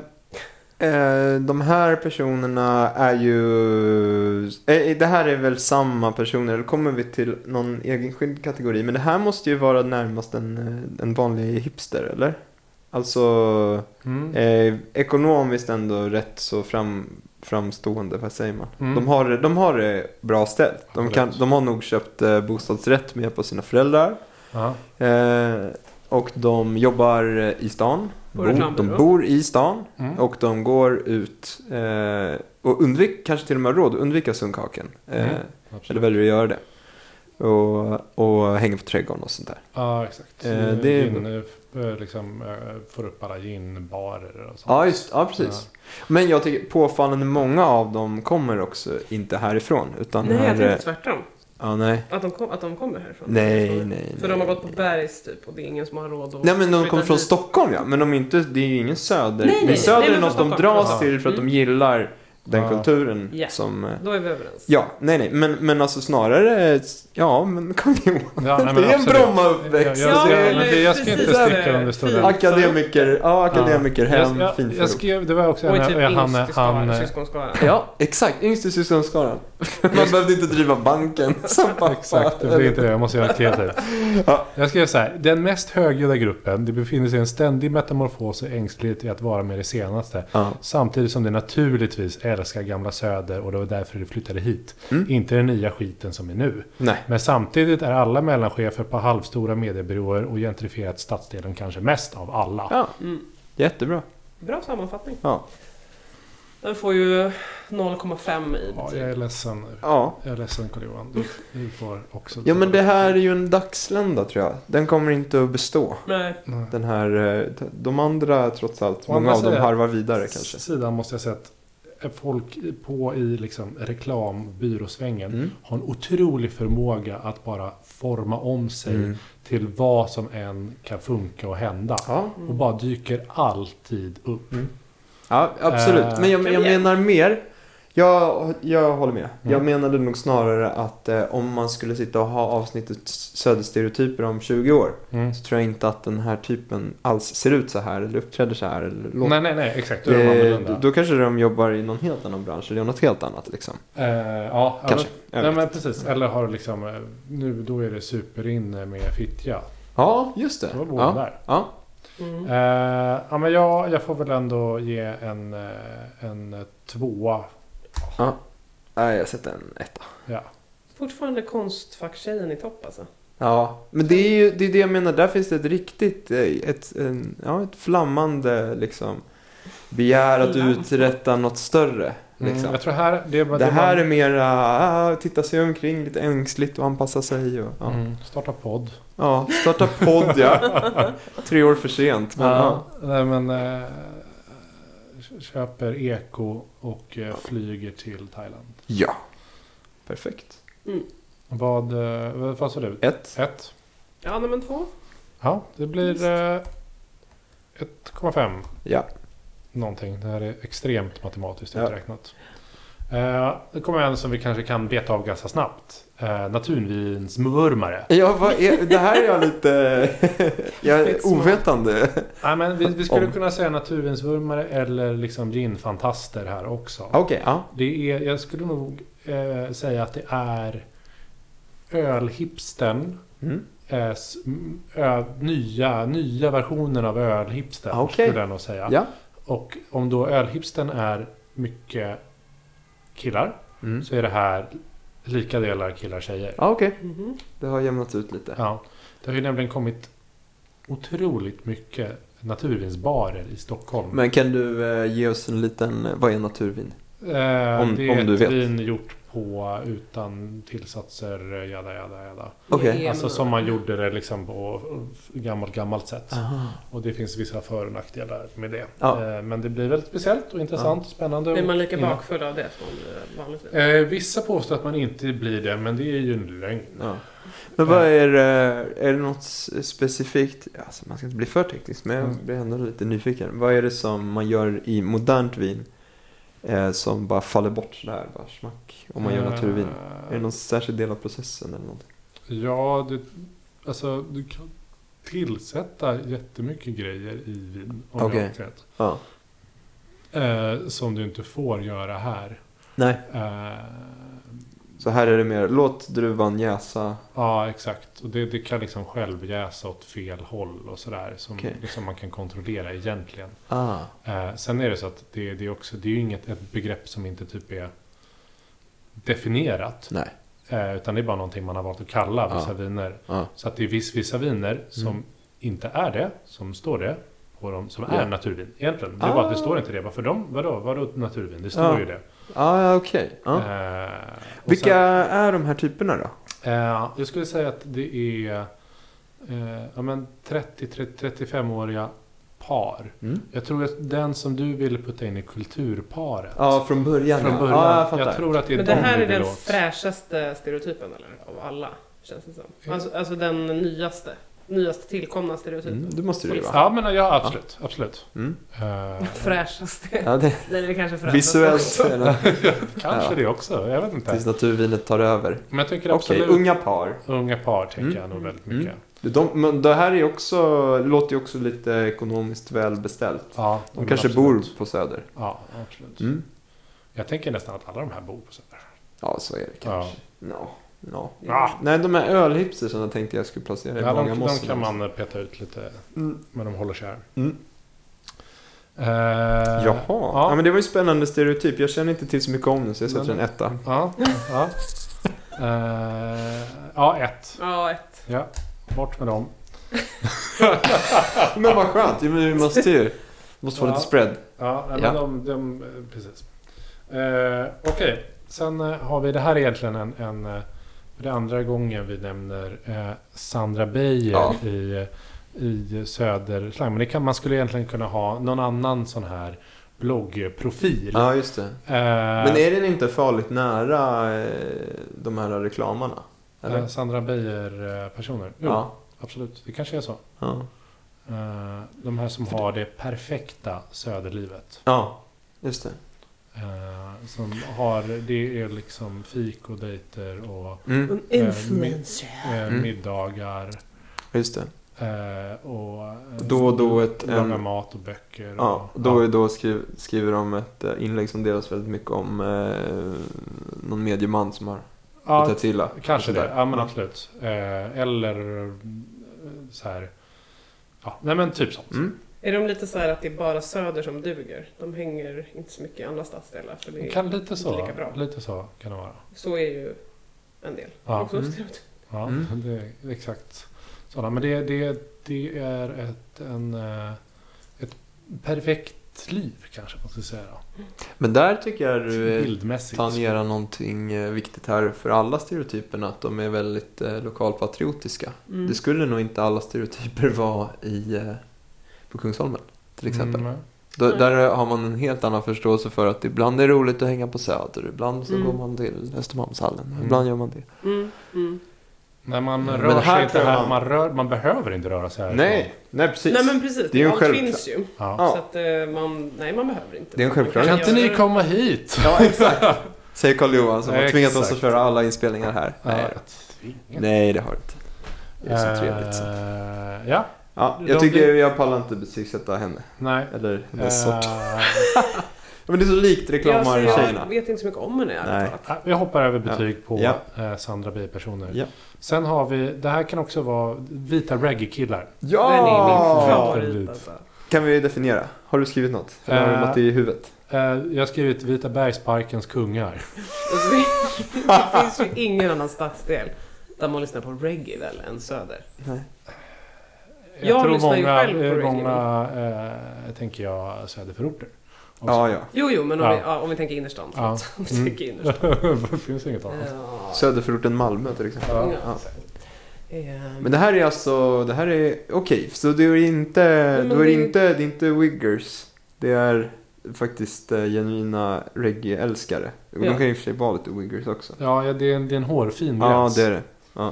de här personerna är ju... det här är väl samma personer. Då kommer vi till någon egen kategori. Men det här måste ju vara närmast en vanlig hipster, eller? Alltså ekonomiskt ändå rätt så framstående, vad säger man? De har det bra ställt. De har nog köpt bostadsrätt med på sina föräldrar. Och de jobbar i stan. De bor i stan. Och de går ut och kanske till och med råd att undvika Sundkaken. Eller väljer att göra det. Och hänger på trädgården och sånt där. Ja, exakt. Det liksom får upp alla ginbarer och sånt. Ja, precis. Ja. Men jag tycker påfallande många av dem kommer också inte härifrån. Utan nej, jag tänkte tvärtom. Ja, nej. Att de kommer härifrån. Nej. För de har gått på bergs typ och det är ingen som har råd att... Nej, men de kommer från Stockholm, ja. Men det är ju ingen söder. Nej, söder nej, är något de dras till för att de gillar den kulturen. Ja, som, då är vi överens. Ja, nej. Men alltså snarare... Ja, men kom igen. Ja, nej, men det är en absolut. Bromma-uppväxt. Jag ska inte sticka under stolen. Akademiker hem, jag skrev, det var också och typ han syskonskara. Ja, exakt. Yngste syskonskaran. Man behövde inte driva banken. Exakt, det blir inte det. Jag måste göra kreativt. Ja. Jag skrev så här. Den mest högljudda gruppen, det befinner sig i en ständig metamorfos och ängsligt i att vara med det senaste. Samtidigt som det naturligtvis älskar gamla söder och det var därför det flyttade hit. Inte den nya skiten som är nu. Nej. Men samtidigt är alla mellanchefer på halvstora mediebyråer och gentrifierat stadsdelen kanske mest av alla. Ja, jättebra. Bra sammanfattning. Ja. Den får ju 0,5 i Ja, betyg. jag är ledsen. Ja. Jag är ledsen, Carl-Johan. Du får också... Ja, men det här är ju en dagslända, tror jag. Den kommer inte att bestå. Nej. Den här, de andra, trots allt, många av dem harvar vidare kanske. Sidan måste jag säga att folk i liksom reklambyråsvängen har en otrolig förmåga att bara forma om sig till vad som än kan funka och hända. Och bara dyker alltid upp. Ja, absolut. Men jag menar mer. Jag håller med. Jag menade nog snarare att om man skulle sitta och ha avsnittet söderstereotyper om 20 år så tror jag inte att den här typen alls ser ut så här eller uppträder så här. Eller nej, exakt. Då kanske de jobbar i någon helt annan bransch eller något helt annat liksom. Ja, kanske. Men precis. Eller har liksom, nu då är det superinne med fittja. Ja, just det. Så var där. Ja. Ja, men jag får väl ändå ge en 2. Ja. Nej, jag sätter en 1. Ja. Fortfarande konstfacktjejen i topp alltså. Ja, men det är det jag menar. Där finns det ett riktigt ett flammande liksom begär att uträtta något större. liksom. Jag tror här... Det här är mer titta sig omkring, lite ängsligt och anpassa sig. Och, starta podd. Ja, starta podd, ja. 3 år för sent. Men, Nej, men köper eko och flyger till Thailand. Ja, perfekt. Vad sa du? 1. Ja, men 2. Ja, det blir 1,5. Ja. Någonting. Det här är extremt matematiskt uträknat. Det kommer en som vi kanske kan beta av ganska snabbt. Naturvinsvurmare. Ja, det här är jag lite jag är ovetande. Nej, men vi skulle kunna säga naturvinsvurmare eller liksom ginfantaster här också. Okej, ja. Jag skulle nog säga att det är ölhipstern. Nya versionen av ölhipstern skulle jag nog säga. Ja. Och om då ölhipstern är mycket killar så är det här lika delar killar tjejer. Ja, okej. Det har jämnats ut lite. Ja. Det har ju nämligen kommit otroligt mycket naturvinsbarer i Stockholm. Men kan du ge oss en liten, vad är naturvin? Det är om du vet. vin gjort på utan tillsatser, jada. Okay. Alltså som man gjorde det liksom på gammalt sätt. Aha. Och det finns vissa för- och nackdelar med det. Ja. Men det blir väldigt speciellt och intressant och spännande. Är man lika bakfull av det som vanligtvis? Vissa påstår att man inte blir det, men det är ju en lögn. Ja. Men vad är det något specifikt, alltså man ska inte bli för teknisk, men jag blir ändå lite nyfiken. Vad är det som man gör i modernt vin som bara faller bort sådär, bara smack, om man gör naturvin? Är det någon särskild del av processen eller något? Ja, du kan tillsätta jättemycket grejer i vin, om jag har rätt. Ja. Som du inte får göra här. Nej. Så här är det mer, låt druvan jäsa. Ja, exakt. Och det kan liksom själv jäsa åt fel håll och sådär. Som liksom man kan kontrollera egentligen. Sen är det så att det är ju inget ett begrepp som inte typ är definierat. Nej. Utan det är bara någonting man har valt att kalla vissa viner. Så att det är vissa viner som inte är det, som står det på dem, som är naturvin egentligen. Det är bara att det står inte det. Varför vadå naturvin? Det står ju det. Okej. Vilka är de här typerna då? Jag skulle säga att det är 30-35-åriga par. Jag tror att den som du ville putta in i kulturparet. Ja, från början. Jag tror att det är men det här är den fräschaste stereotypen eller? Av alla, känns det som. Alltså den nyaste tillkomna stereotypen. Det måste det ju vara. Ja, men absolut. Fräschaste. Ja, det är kanske fräschaste. Visuellt. Kanske det också, jag vet inte. Tills naturvinet tar över. Men jag tycker absolut. Unga par. Unga par tänker jag nog väldigt mycket. Men det här är också, låter ju också lite ekonomiskt välbeställt. Ja, de kanske bor på Söder. Ja, absolut. Jag tänker nästan att alla de här bor på Söder. Ja, så är det kanske. Nej, de här ölhipsersarna tänkte jag skulle placera i de kan man peta ut lite, men de håller sig här. Jaha. Ja, men det var ju spännande stereotyp. Jag känner inte till så mycket om den, så jag sätter en 1. Ja, 1. Ja, 1. Ja, bort med dem. Men vad skönt, vi måste få lite spread. Ja, men de precis. Okej. Sen har vi det här egentligen det andra gången vi nämner Sandra Beijer i Söderslang. Men man skulle egentligen kunna ha någon annan sån här bloggprofil. Ja, just det. Men är den inte farligt nära de här reklamarna? Sandra Beijer-personer? Jo, absolut. Det kanske är så. Ja. De här som har det perfekta söderlivet. Ja, just det. Som har, det är liksom fikodejter och middagar. Just det. Och då laga mat och böcker. Ja, då skriver de ett inlägg som delas väldigt mycket om någon medieman som har fått illa. Kanske det, ja men absolut. Eller så här. Ja, nej men typ sånt. Är de lite så här att det är bara Söder som duger? De hänger inte så mycket i andra stadsdelar för det kan lite så, lika bra. Lite så kan det vara. Så är ju en del. Ja, det är exakt sådana. Men det är ett perfekt nattliv kanske man ska säga då. Men där tycker jag du Bildmässigt. tangerar någonting viktigt här för alla stereotyperna, att de är väldigt lokalpatriotiska. Det skulle nog inte alla stereotyper vara på Kungsholmen till exempel. Där har man en helt annan förståelse för att ibland är det roligt att hänga på Söder, ibland så går man till Östermalmshallen, ibland gör man det. När man rör sig inte här, man behöver inte röra sig här. Nej, precis. Nej men precis, Det är ju allt självklart. finns ju. Ja. Så att man behöver inte. Det är en självklarhet. Kan inte ni komma hit? Ja, exakt. Säger Carl Johan som har tvingat oss Exakt. att köra alla inspelningar här. Nej, det har det inte. Det är så trevligt. Ja. Ja, jag tycker jag pallar inte betygsätta henne. Nej. Eller hennes sort. Men det är så likt reklamar-tjejerna. Jag vet inte så mycket om henne ärligt talat. Vi hoppar över betyg på Sandra bipersoner. Ja. Sen har vi, det här kan också vara vita reggae-killar. Ja! Den är min favorit alltså. Kan vi definiera? Har du skrivit något? Eller har du något i huvudet? Jag har skrivit Vita Bergsparkens kungar. Det finns ju ingen annan stadsdel där man lyssnar på reggae väl än Söder. Nej. Jag tror lyssnar ju själv på reggae. många tänker jag söderförorter. Ja. Jo, men om vi tänker innerstan. Ja. Om vi tänker innerstan. Det finns inget annat. Söderförorten Malmö till exempel. Ja. Men det här är alltså, okej, så det är inte Wiggers. Det är faktiskt genuina reggae-älskare. De kan ju i och för sig vara lite Wiggers också. Ja, det är en hårfin Ja, gräns. det är det. Ja.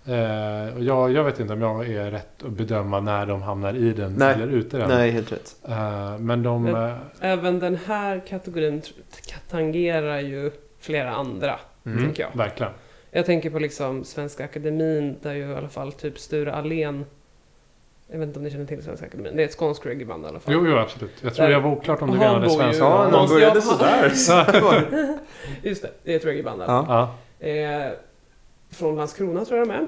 Och jag vet inte om jag är rätt att bedöma när de hamnar i den eller ute den. Nej, helt rätt. Men även den här kategorin tangerar ju flera andra, tänker jag. Verkligen. Jag tänker på liksom Svenska Akademin, där ju i alla fall typ Sture Allén, jag vet inte om ni känner till Svenska Akademin, det är ett skånskt reggaeband i alla fall. Jo, absolut. Jag tror jag var oklart om du menade svenska. Ja, de började sådär. Just det är ett reggaeband. Ja. Från Landskrona tror jag de är.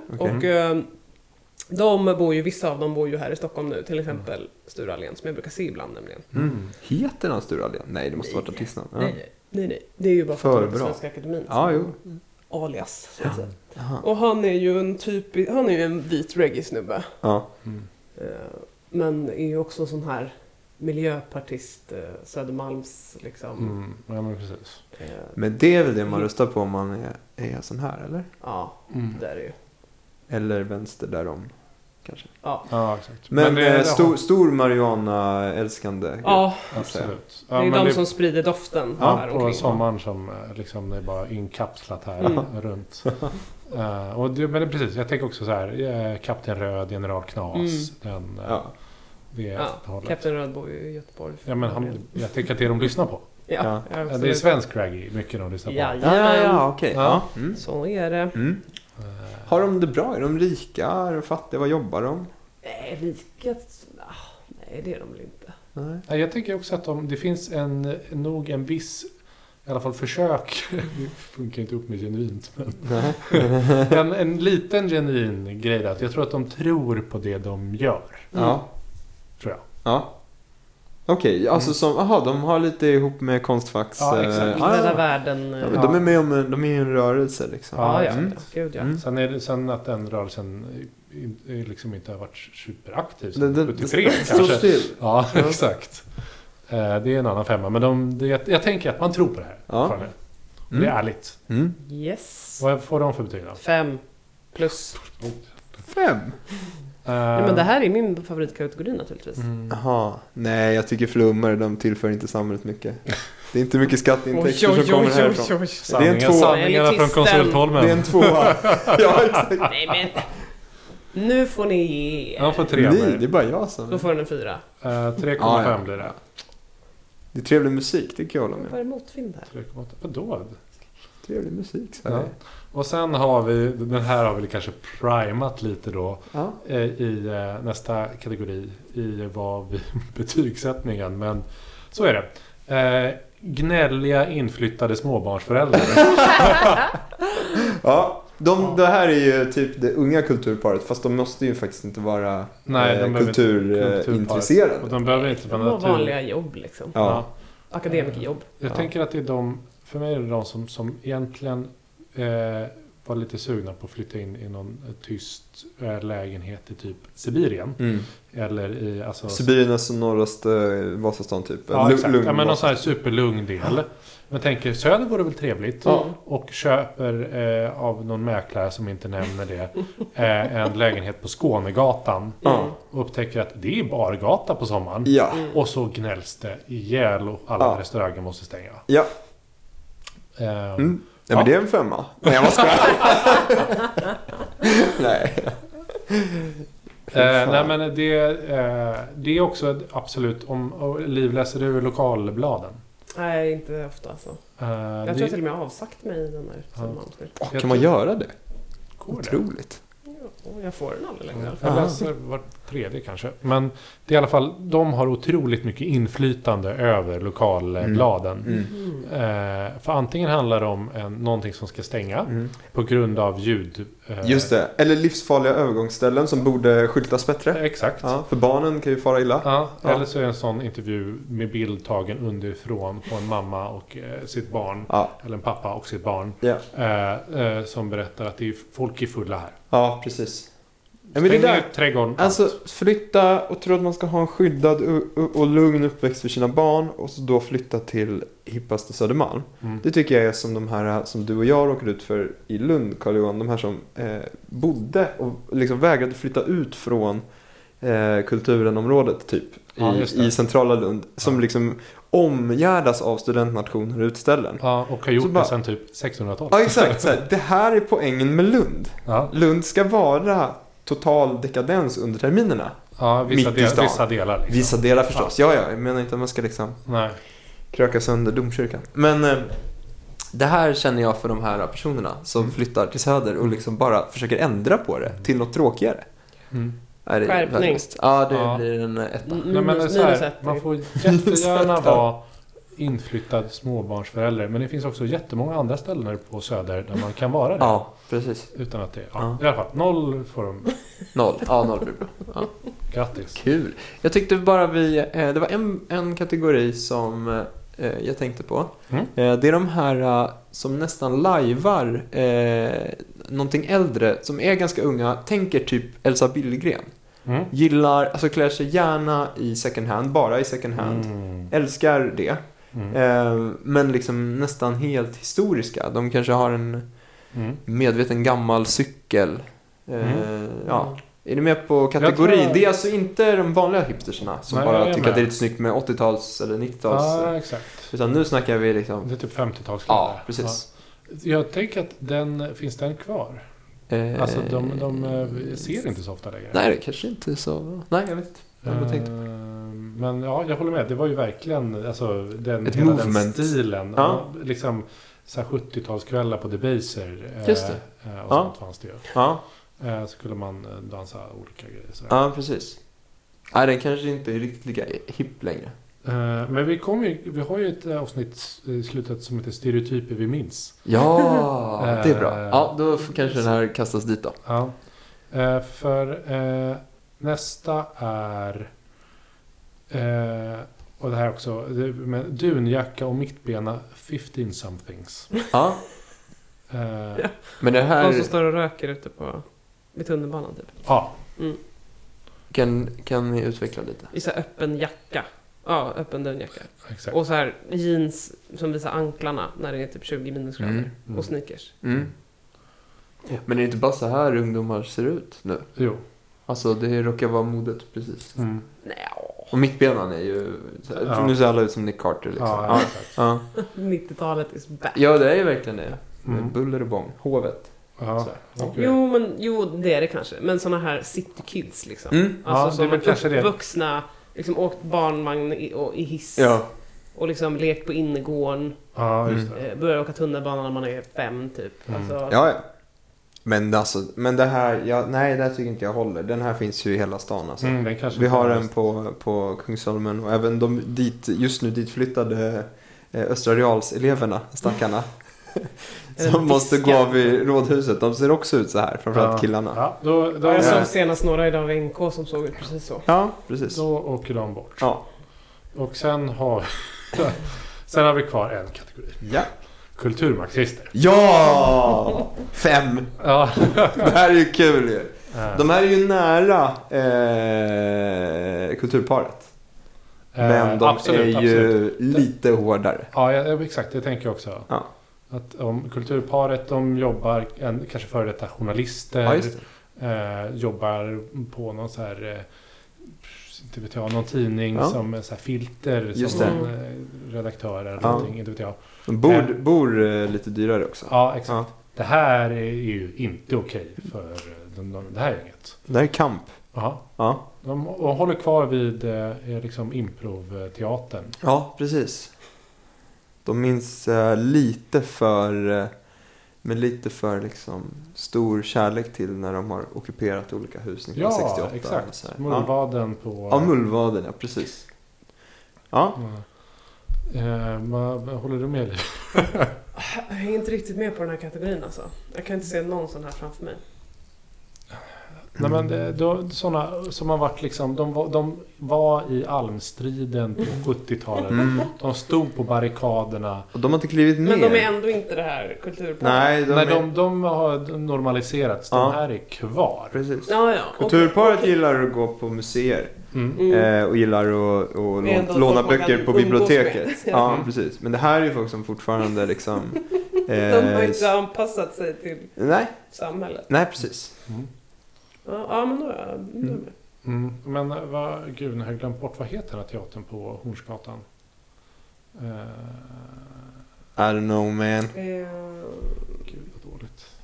Och vissa av dem bor ju här i Stockholm nu. Till exempel Sture Allén, som jag brukar se ibland nämligen. Heter han Sture Allén? Nej, det måste vara ett artistnamn. Ja. Nej. Det är ju bara för att Svenska Akademin. Ja, jo. Alias, så att säga. Och han är ju en vit reggae-snubbe. Ja. Men är ju också sån här miljöpartist, Södermalms liksom. Ja, men precis. Men det är väl det man röstar på om man är sån här, eller? Ja, det är det ju. Eller vänster därom, kanske. Ja, exakt. Men stor marijuana-älskande grupp. Ja, absolut. Det är de som sprider doften här på omkring. sommaren som liksom det är bara inkapslat här runt. Men det är precis, jag tänker också så här, Kapten Röd, General Knas, det är Kapten Röd bor ju i Göteborg. Ja, men jag tänker att det de lyssnar på. Ja, det är svensk reggae, mycket de lyssnar på. Ja, okej. Så är det. Har de det bra? Är de rika? Är de fattiga? Vad jobbar de? Nej, rika? Nej, det är de väl inte. Nej. Jag tänker också att det finns nog en viss, i alla fall försök, det funkar inte upp med genuint, men en liten genuin grej att jag tror att de tror på det de gör. Ja. Tror jag. Ja. Okej, alltså de har lite ihop med Konstfacks. Ja, exakt. Hela världen. De är med de är i en rörelse liksom. Gud, ja. Sen att den rörelsen liksom inte har varit superaktiv sedan 73 står kanske. Still. Ja, exakt. Det är en annan femma. Men jag tänker att man tror på det här. Ja. Det är ärligt. Yes. Vad får de för betyg då? 5 plus. 5? Men det här är min favoritkategori naturligtvis. Jaha, nej jag tycker flummar, de tillför inte samhället mycket. Det är inte mycket skatteintäkter som kommer härifrån. Det är en 2. Sanningarna från Konsultholmen. Det är en 2. Ja, exakt. Nej men, nu får ni ge. Jag får 3. Nej, det är bara jag som. Då får den en 4. 3,5 blir det. Det är trevlig musik, det kan jag hålla med. Vad är det motvind här? 3,8. Vadå? Trevlig musik. Ja. Och sen har vi, den här har vi kanske primat lite då i nästa kategori i betygsättningen, men så är det. Gnälliga inflyttade småbarnsföräldrar. Ja, det här är ju typ det unga kulturparet, fast de måste ju faktiskt inte vara kulturintresserade. Och de behöver inte vara vanliga jobb liksom. Ja. Akademikerjobb. Jag tänker att det är för mig är det de som egentligen var lite sugna på att flytta in i någon tyst lägenhet i typ Sibirien. Eller i... Alltså, Sibirien är så norraste Vasastan typ. Ja, exakt. Ja, men någon sån här superlugn del. Men tänker, söder vore väl trevligt. Och köper av någon mäklare som inte nämner det en lägenhet på Skånegatan. Och upptäcker att det är bargata på sommaren. Och så gnälls det ihjäl och alla restauranger måste stänga. Ja. Nej, men det är en 5. Nej, jag måste Nej. Nej, men det är också absolut Liv, läser du lokalbladen? Nej, inte ofta alltså. Jag tror till och med jag har avsagt mig den där kan man göra det? Otroligt. Jag får den aldrig längre. Jag läser var tredje kanske. Men det är i alla fall, de har otroligt mycket inflytande över lokalbladen. För antingen handlar det om någonting som ska stänga på grund av ljud. Just det, eller livsfarliga övergångsställen som borde skyltas bättre. Exakt. För barnen kan ju fara illa. Eller så är det en sån intervju med bild tagen underifrån på en mamma och sitt barn. Eller en pappa och sitt barn. Som berättar att folk är fulla här. Ja, precis. Men det där, trädgården. Alltså flytta och tro att man ska ha en skyddad och lugn uppväxt för sina barn och så då flytta till hippaste Södermalm. Det tycker jag är som de här som du och jag råkade ut för i Lund, Carl-Johan. De här som bodde och liksom vägrade flytta ut från kulturenområdet typ i centrala Lund. Som liksom omgärdas av studentnationer och utställen. Ja, och har gjort det sedan typ 1600-talet. Ja, exakt. Det här är poängen med Lund. Lund ska vara total dekadens under terminerna. Ja, vissa delar. Liksom. Vissa delar förstås. Ja, jag menar inte att man ska liksom kröka sönder domkyrkan. Men det här känner jag för de här personerna som flyttar till söder och liksom bara försöker ändra på det till något tråkigare. Skärpning. Ja, det blir en 1. Nej, men så här, man får jättegärna vara inflyttad småbarnsförälder, men det finns också jättemånga andra ställen på söder där man kan vara det. Ja, precis. Utan att det i alla fall 0 får de. 0. Ja, 0 blir bra. Ja. Grattis. Kul. Jag tyckte bara det var en kategori som jag tänkte på. Det är de här som nästan lajvar någonting äldre som är ganska unga, tänker typ Elsa Billgren. Gillar, alltså klär sig gärna i second hand, bara i second hand. Älskar det. Men liksom nästan helt historiska. De kanske har en medveten gammal cykel. Är ni med på kategorin? Det är alltså inte de vanliga hipsterserna som bara tycker att det är lite snyggt med 80-tals eller 90-tals. Ja, exakt. Utan nu snackar vi liksom... Det är typ 50-talskläder. Ja, precis. Ja. Jag tänker att finns den kvar? Alltså de ser inte så ofta längre. Nej, det kanske inte så... Nej, jag vet inte. Men ja, jag håller med. Det var ju verkligen alltså, den stilen. Ja. Liksom så här 70-talskvällar på Debaser. Just det. Och sånt fanns det ju. Ja. Så skulle man dansa olika grejer. Sådär. Ja, precis. Nej, den kanske inte är riktigt lika hipp längre. Men vi har ju ett avsnitt i slutet som heter Stereotyper vi minns. Ja, det är bra. Ja, då kanske den här kastas dit då. Ja. För nästa är och det här också med dunjacka och mittbena 15 somethings. Ja. Men det här... De som står och röker ute vid tunnelbanan typ. Ja. Kan ni utveckla lite? I så här öppen jacka. Ja, öppen dunjacka. Exakt. Och så här jeans som visar anklarna när det är typ 20 minusgrader. Och sneakers. Men är det inte bara så här ungdomar ser ut nu? Jo. Alltså det råkar vara modet precis. Nej. Och mittbenan är ju... Nu ser alla ut som Nick Carter liksom. Ja. 90-talet is back. Ja, det är ju verkligen det. Buller och bång. Hovet. Ja, okay. Jo, det är det kanske. Men såna här city kids liksom. Alltså som är vuxna, liksom åkt barnvagn i hiss. Ja. Och liksom lekt på innergården. Ja, just det. Börjar åka tunnelbanan när man är 5 typ. Alltså. Ja. Men det här, nej, det här tycker inte jag håller. Den här finns ju i hela stan alltså. Vi har den på Kungsholmen och även de just nu ditflyttade Östra Realseleverna, stackarna. Som måste gå vid rådhuset. De ser också ut så här, framförallt killarna. Ja, då jag såg senast några idag av NK som såg ut precis så. Ja, precis. Då åker de bort. Ja. Och sen har vi kvar en kategori. Ja. kulturmarxister. Ja! 5! Ja. Det här är ju kul ju. De här är ju nära kulturparet. Men de absolut, är ju lite hårdare. Ja, exakt. Det tänker jag också. Ja. Att om kulturparet, de jobbar, kanske före detta journalister. Ja, just jobbar på någon så här... inte vet jag, någon tidning som så här filter just som redaktör eller någonting, inte vet jag. De bor lite dyrare också. Ja, exakt. Ja. Det här är ju inte okej för det här gänget. Det här är kamp. Ja. Ja. De håller kvar vid liksom improvteatern. Ja, precis. De minns lite för liksom stor kärlek till när de har ockuperat olika hus 1968. Ja, exakt. Mullvaden på... Ja, Mullvaden, ja, precis. Ja. Håller du med, Liv? Jag är inte riktigt med på den här kategorin alltså. Jag kan inte se någon sån här framför mig. Nej, men sådana som har varit liksom, de var i almstriden på 70-talet. De stod på barrikaderna. Och de har inte klivit ner. Men de är ändå inte det här kulturparet. Nej, de har normaliserats. De här är kvar. Precis. Ja. Kulturparet gillar att gå på museer. Och gillar att låna böcker på biblioteket. Ja, precis. Men det här är ju folk som fortfarande liksom... de har inte anpassat sig till samhället. Nej, precis. Ja, men då är jag med. Men gud, jag har glömt bort, vad heter den här teatern på Hornsgatan? I don't know, man. Gud, vad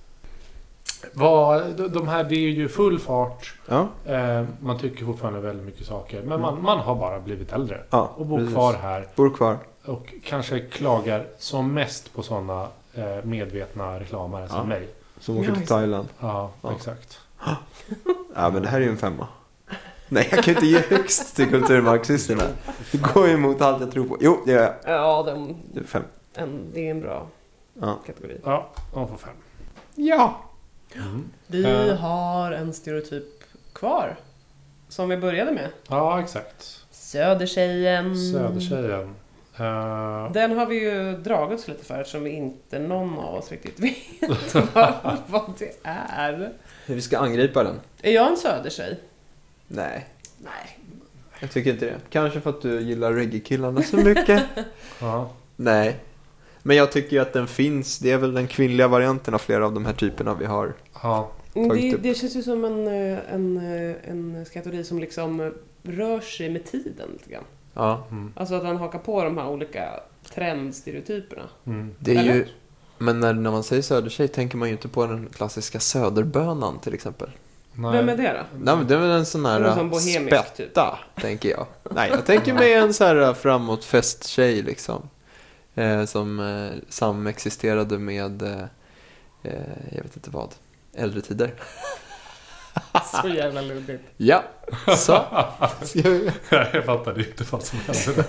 dåligt. De här, det är ju full fart. Ja. Man tycker fortfarande väldigt mycket saker. Men man har bara blivit äldre. Ja, och bor kvar här. Bor kvar. Och kanske klagar som mest på sådana medvetna reklamare som mig. Som åker till Thailand. Ja, exakt. Ja, men det här är ju en 5. Nej, jag kan inte ge högst till kulturmarxisterna. Det går ju emot allt jag tror på. Jo, det gör jag. Ja, det är 5. Det är en bra kategori. Ja, de får 5. Ja. Vi har en stereotyp kvar. Som vi började med. Ja, exakt. Södertjejen. Den har vi ju dragit oss lite för, eftersom vi inte någon av oss riktigt vet vad det är. Vi ska angripa den. Är jag en södertjej? Nej. Jag tycker inte det. Kanske för att du gillar reggae-killarna så mycket. Nej. Men jag tycker ju att den finns. Det är väl den kvinnliga varianten av flera av de här typerna vi har tagit upp. Det känns ju som en kategori som liksom rör sig med tiden lite grann. Ja. Alltså att han hakar på de här olika trendstereotyperna. Det är ju, men när man säger södertjej tänker man ju inte på den klassiska söderbönan till exempel. Nej. Vem är det då? Nej, men det är väl en sån här spätta, typ. Tänker jag. Nej, jag tänker mig en så här framåt festtjej liksom. Som samexisterade med jag vet inte vad, äldre tider. Så jävla luddigt. Ja, så. Jag fattade inte vad som hände.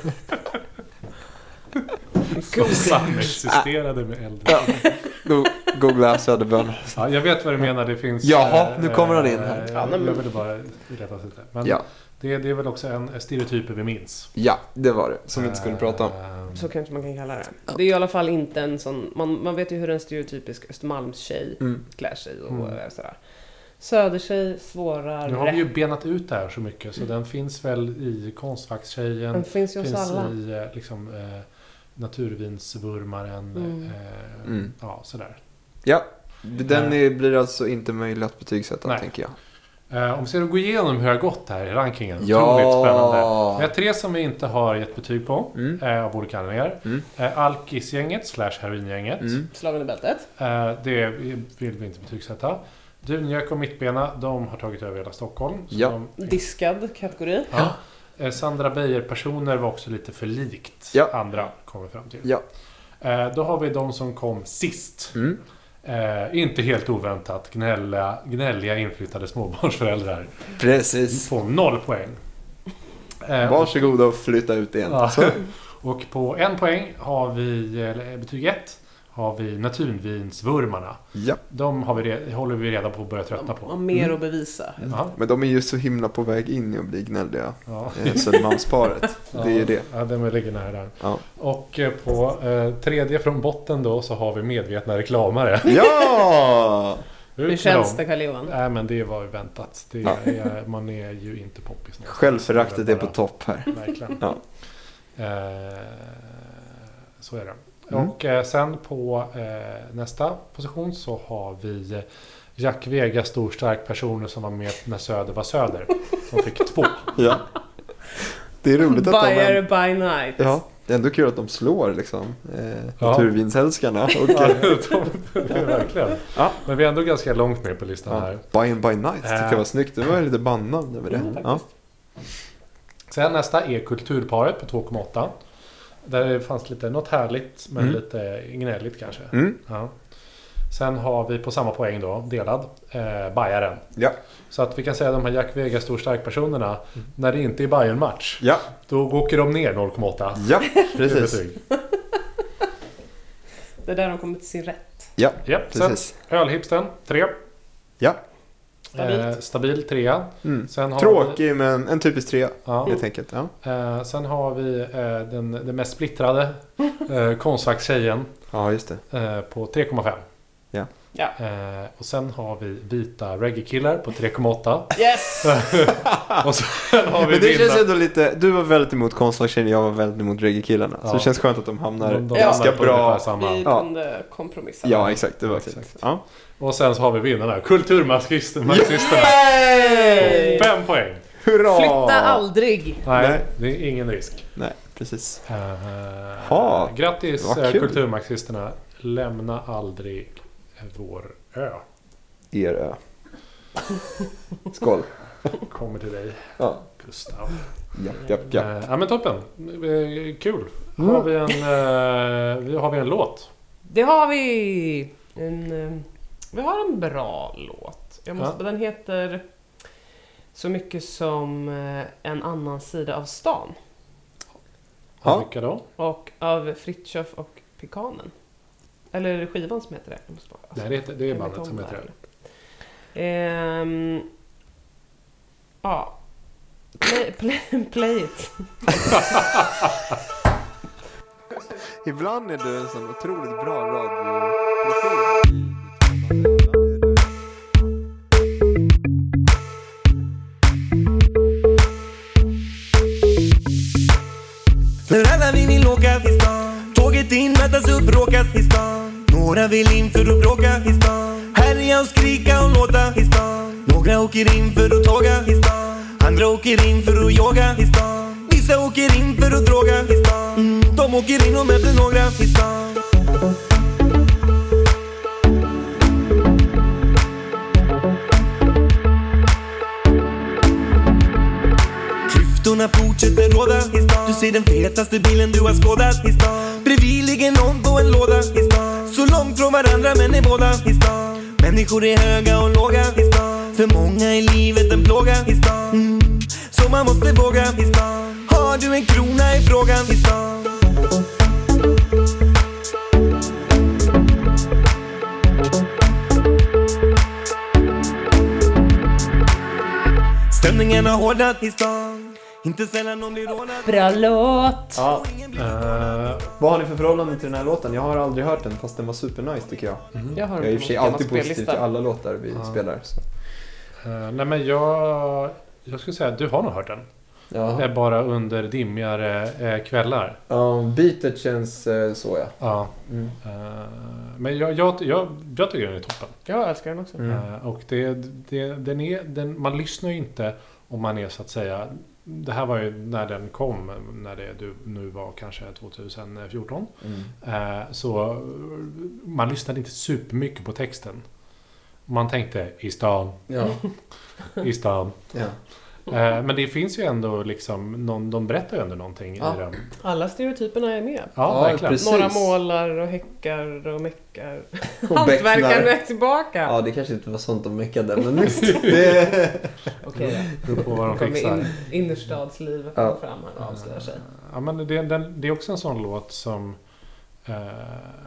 Samexisterade med äldre. Googla söderbön. Ja, jag vet vad du menar, det finns... Jaha, nu kommer han in här. Jag ville bara rätta lite. Men det är väl också en stereotyp vi minns. Ja, det var det. Som vi inte skulle prata om. Så kanske man kan kalla det. Det är i alla fall inte en sån... Man vet ju hur en stereotypisk Östermalmstjej klär sig och sådär. Södertjej, svårare. Nu har vi ju benat ut det här så mycket. Så den finns väl i Konstfackstjejen. Den finns ju hos alla. I liksom, naturvinsvurmaren. Ja, sådär. Ja, den blir alltså inte möjlig att betygsätta, tänker jag. Om vi ska gå igenom hur det har gått här i rankingen. Ja. Otroligt spännande. Vi har 3 som vi inte har gett betyg på. Av olika anledningar. Alkisgänget / heroingänget. Slagen i bältet. Det vill vi inte betygsätta. Dunjök och Mittbena, de har tagit över hela Stockholm. Så Diskad kategori. Ja. Sandra Beijer-personer var också lite för likt andra, kommer vi fram till. Ja. Då har vi de som kom sist. Inte helt oväntat, gnälliga inflyttade småbarnsföräldrar. Precis. På 0 poäng. Varsågoda och flytta ut igen. Ja. Och på 1 poäng har vi betyg 1. har vi naturvinsvurmarna. Ja. De håller vi reda på att börja tröttna på. Och mer att bevisa. Ja. Men de är ju så himla på väg in i att bli gnälliga. Ja. Södermalmsparet. Det är ju det. Ja, de ligger nära där. Ja. Och på tredje från botten då så har vi medvetna reklamare. Ja! Hur känns det, Carl-Johan? Nej, men det var ju väntat. Man är ju inte poppis. Självföraktet är på topp här. Verkligen. Ja. Så är det. Mm. Och sen på nästa position så har vi Jack Vega, storstark personer som var med när Söder var Söder. Som fick 2. Ja. Det är roligt att Buyer by night. Ja, det är ändå kul att de slår liksom naturvinsälskarna. Och, Det är verkligen. Ja. Men vi är ändå ganska långt ner på listan här. Buy by night tycker jag var snyggt. Det var lite bannad över det. Ja. Sen nästa är kulturparet på 2,8. Där det fanns något härligt men lite gnälligt kanske. Ja. Sen har vi på samma poäng då, delad, Bajaren. Ja. Så att vi kan säga att de här Jack Vega storstark-personerna, när det inte är Bayern-match, Ja. då åker de ner 0,8. Ja, precis. Det är där de kommer till sin rätt. Ja, Ja, precis. sen ölhipsten, 3. Ja. Stabil 3. Sen har Tråkig men en typisk 3 helt enkelt. Ja. sen har vi den mest splittrade Konstfack-tjejen Ja, just det. på 3,5. Ja. Och sen har vi vita reggae-killar på 3,8. Yes! Och sen har vi Men det känns ändå lite, du var väldigt emot konstfackstjejen, jag var väldigt emot reggae-killarna. Så det känns skönt att de hamnar ganska på bra. ungefär samma. Vi kunde kompromissa. Ja, exakt. Det var Exakt. fint. Ja. Och sen så har vi vinnarna, kulturmarxisterna. 5 poäng. Hurra! Flytta aldrig. Nej, det är ingen risk. Nej, precis. Grattis Vad kul. kulturmarxisterna. Lämna aldrig vår ö. Er ö. Skål. Kommer till dig, Ja. Gustav. Ja. Ja men toppen. Kul. Har vi en låt? Det har vi. Vi har en bra låt. Den heter så mycket som En annan sida av stan. Ja. Vilka då? Och av Fritiof och Pikanen. Eller är det skivan som heter det? Nej, det är bandet som heter det. Ja. Play it. Ibland är du en sån otroligt bra radioprofil. För alla vi vill åka till stan. Tåget in, mötas upp, bråkas i stan. Några vill in för att bråka i stan. Härja och skrika och låta i stan. Några åker in för att tåga i stan. Andra åker in för att yoga i stan. Vissa åker in för att droga i stan. De åker in och möter några i stan. Klyftorna fortsätter råda i stan. Du ser den fetaste bilen du har skådat i stan. Bredvid ligger någon på en låda i stan. Så långt från varandra men är båda i stan. Människor är höga och låga i stan. För många är livet en plåga i stan. Så man måste våga i stan. Har du en krona i frågan i stan? Stämningen har hårdnat i stan. Inte sällan någon blir rånad. Bra låt. Ja. Vad har ni för förhållande till den här låten? Jag har aldrig hört den fast den var supernice tycker jag. Jag har Jag är i och för sig alltid positiv till alla låtar vi spelar. Så. Nej men jag skulle säga att du har nog hört den. Ja. Bara under dimmigare kvällar. Ja, beatet känns så ja. Ja. Men jag tycker den är toppen. Jag älskar den också. Och man lyssnar ju inte om man är så att säga. Det här var ju när den kom, när det nu var kanske 2014. Så man lyssnade inte supermycket på texten. Man tänkte i stan. Ja. I stan. Ja. Men det finns ju ändå liksom, de berättar ju ändå någonting i den. Alla stereotyperna är med. Ja, verkligen. precis. Några målar och häckar och meckar. Och Hantverkaren är tillbaka. Ja, det kanske inte var sånt de meckade, men visst. Det... Okej, Det beror på vad de kommer fixar. innerstadslivet Ja. fram och avslöjar sig. Ja, men det är också en sån låt som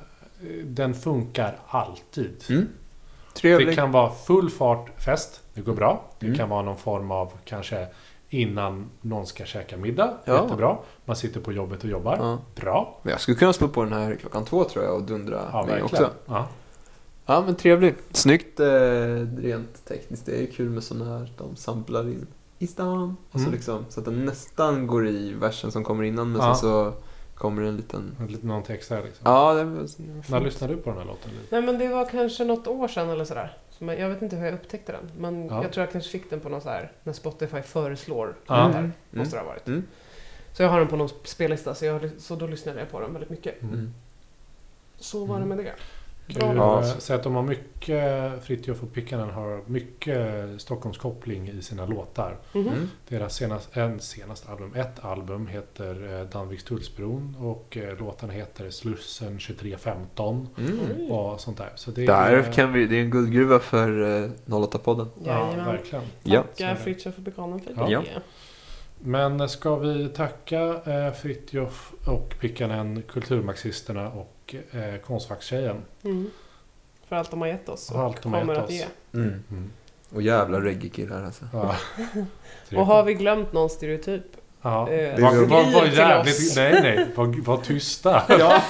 den funkar alltid. Trevlig. Det kan vara full fart fest, det går bra. Det kan vara någon form av kanske innan någon ska käka middag, jättebra. Man sitter på jobbet och jobbar, bra. Men jag skulle kunna slå på den här 2:00 tror jag och dundra mig också. Ja, men trevligt. Snyggt rent tekniskt. Det är kul med sådana här, de samplar in i stan och så liksom, så att den nästan går i versen som kommer innan, men sen så kommer det en liten... Någon text här liksom. Ja, det var när lyssnade du på den här låten? Nej, men det var kanske något år sedan eller sådär. Så jag vet inte hur jag upptäckte den. Men jag tror jag kanske fick den på någon så här, när Spotify föreslår det här. Måste det ha varit. Så jag har den på någon spellista, så då lyssnade jag på den väldigt mycket. Så var det med det. Så att de har mycket, Fritiof och Pikkanen har mycket Stockholmskoppling i sina låtar. Deras senaste album, ett album heter Danviks Tullsbron och låten heter Slussen 2315 och sånt där. Så det är, det är en guldgruva för 08-podden. Ja, verkligen. Tacka Fritiof och Pikkanen för det. Ja. Men ska vi tacka Fritiof och Pikkanen, kulturmarxisterna och konstfackstjejen. För allt de har gett oss och allt de kommer att ge. Och jävla reggae-killar alltså. Ja. Och har vi glömt någon stereotyp? Ja. Var jävligt, nej, var tysta.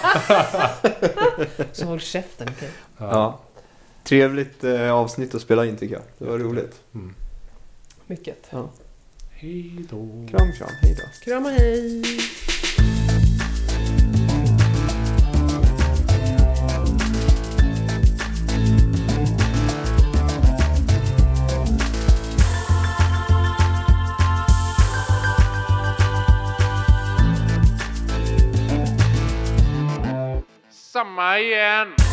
Så håll käften, okej. Ja. Trevligt avsnitt att spela in tycker jag. Det var roligt. Mycket. Ja. Hej då. Kram, hej då. Kram och hej. Samma igen.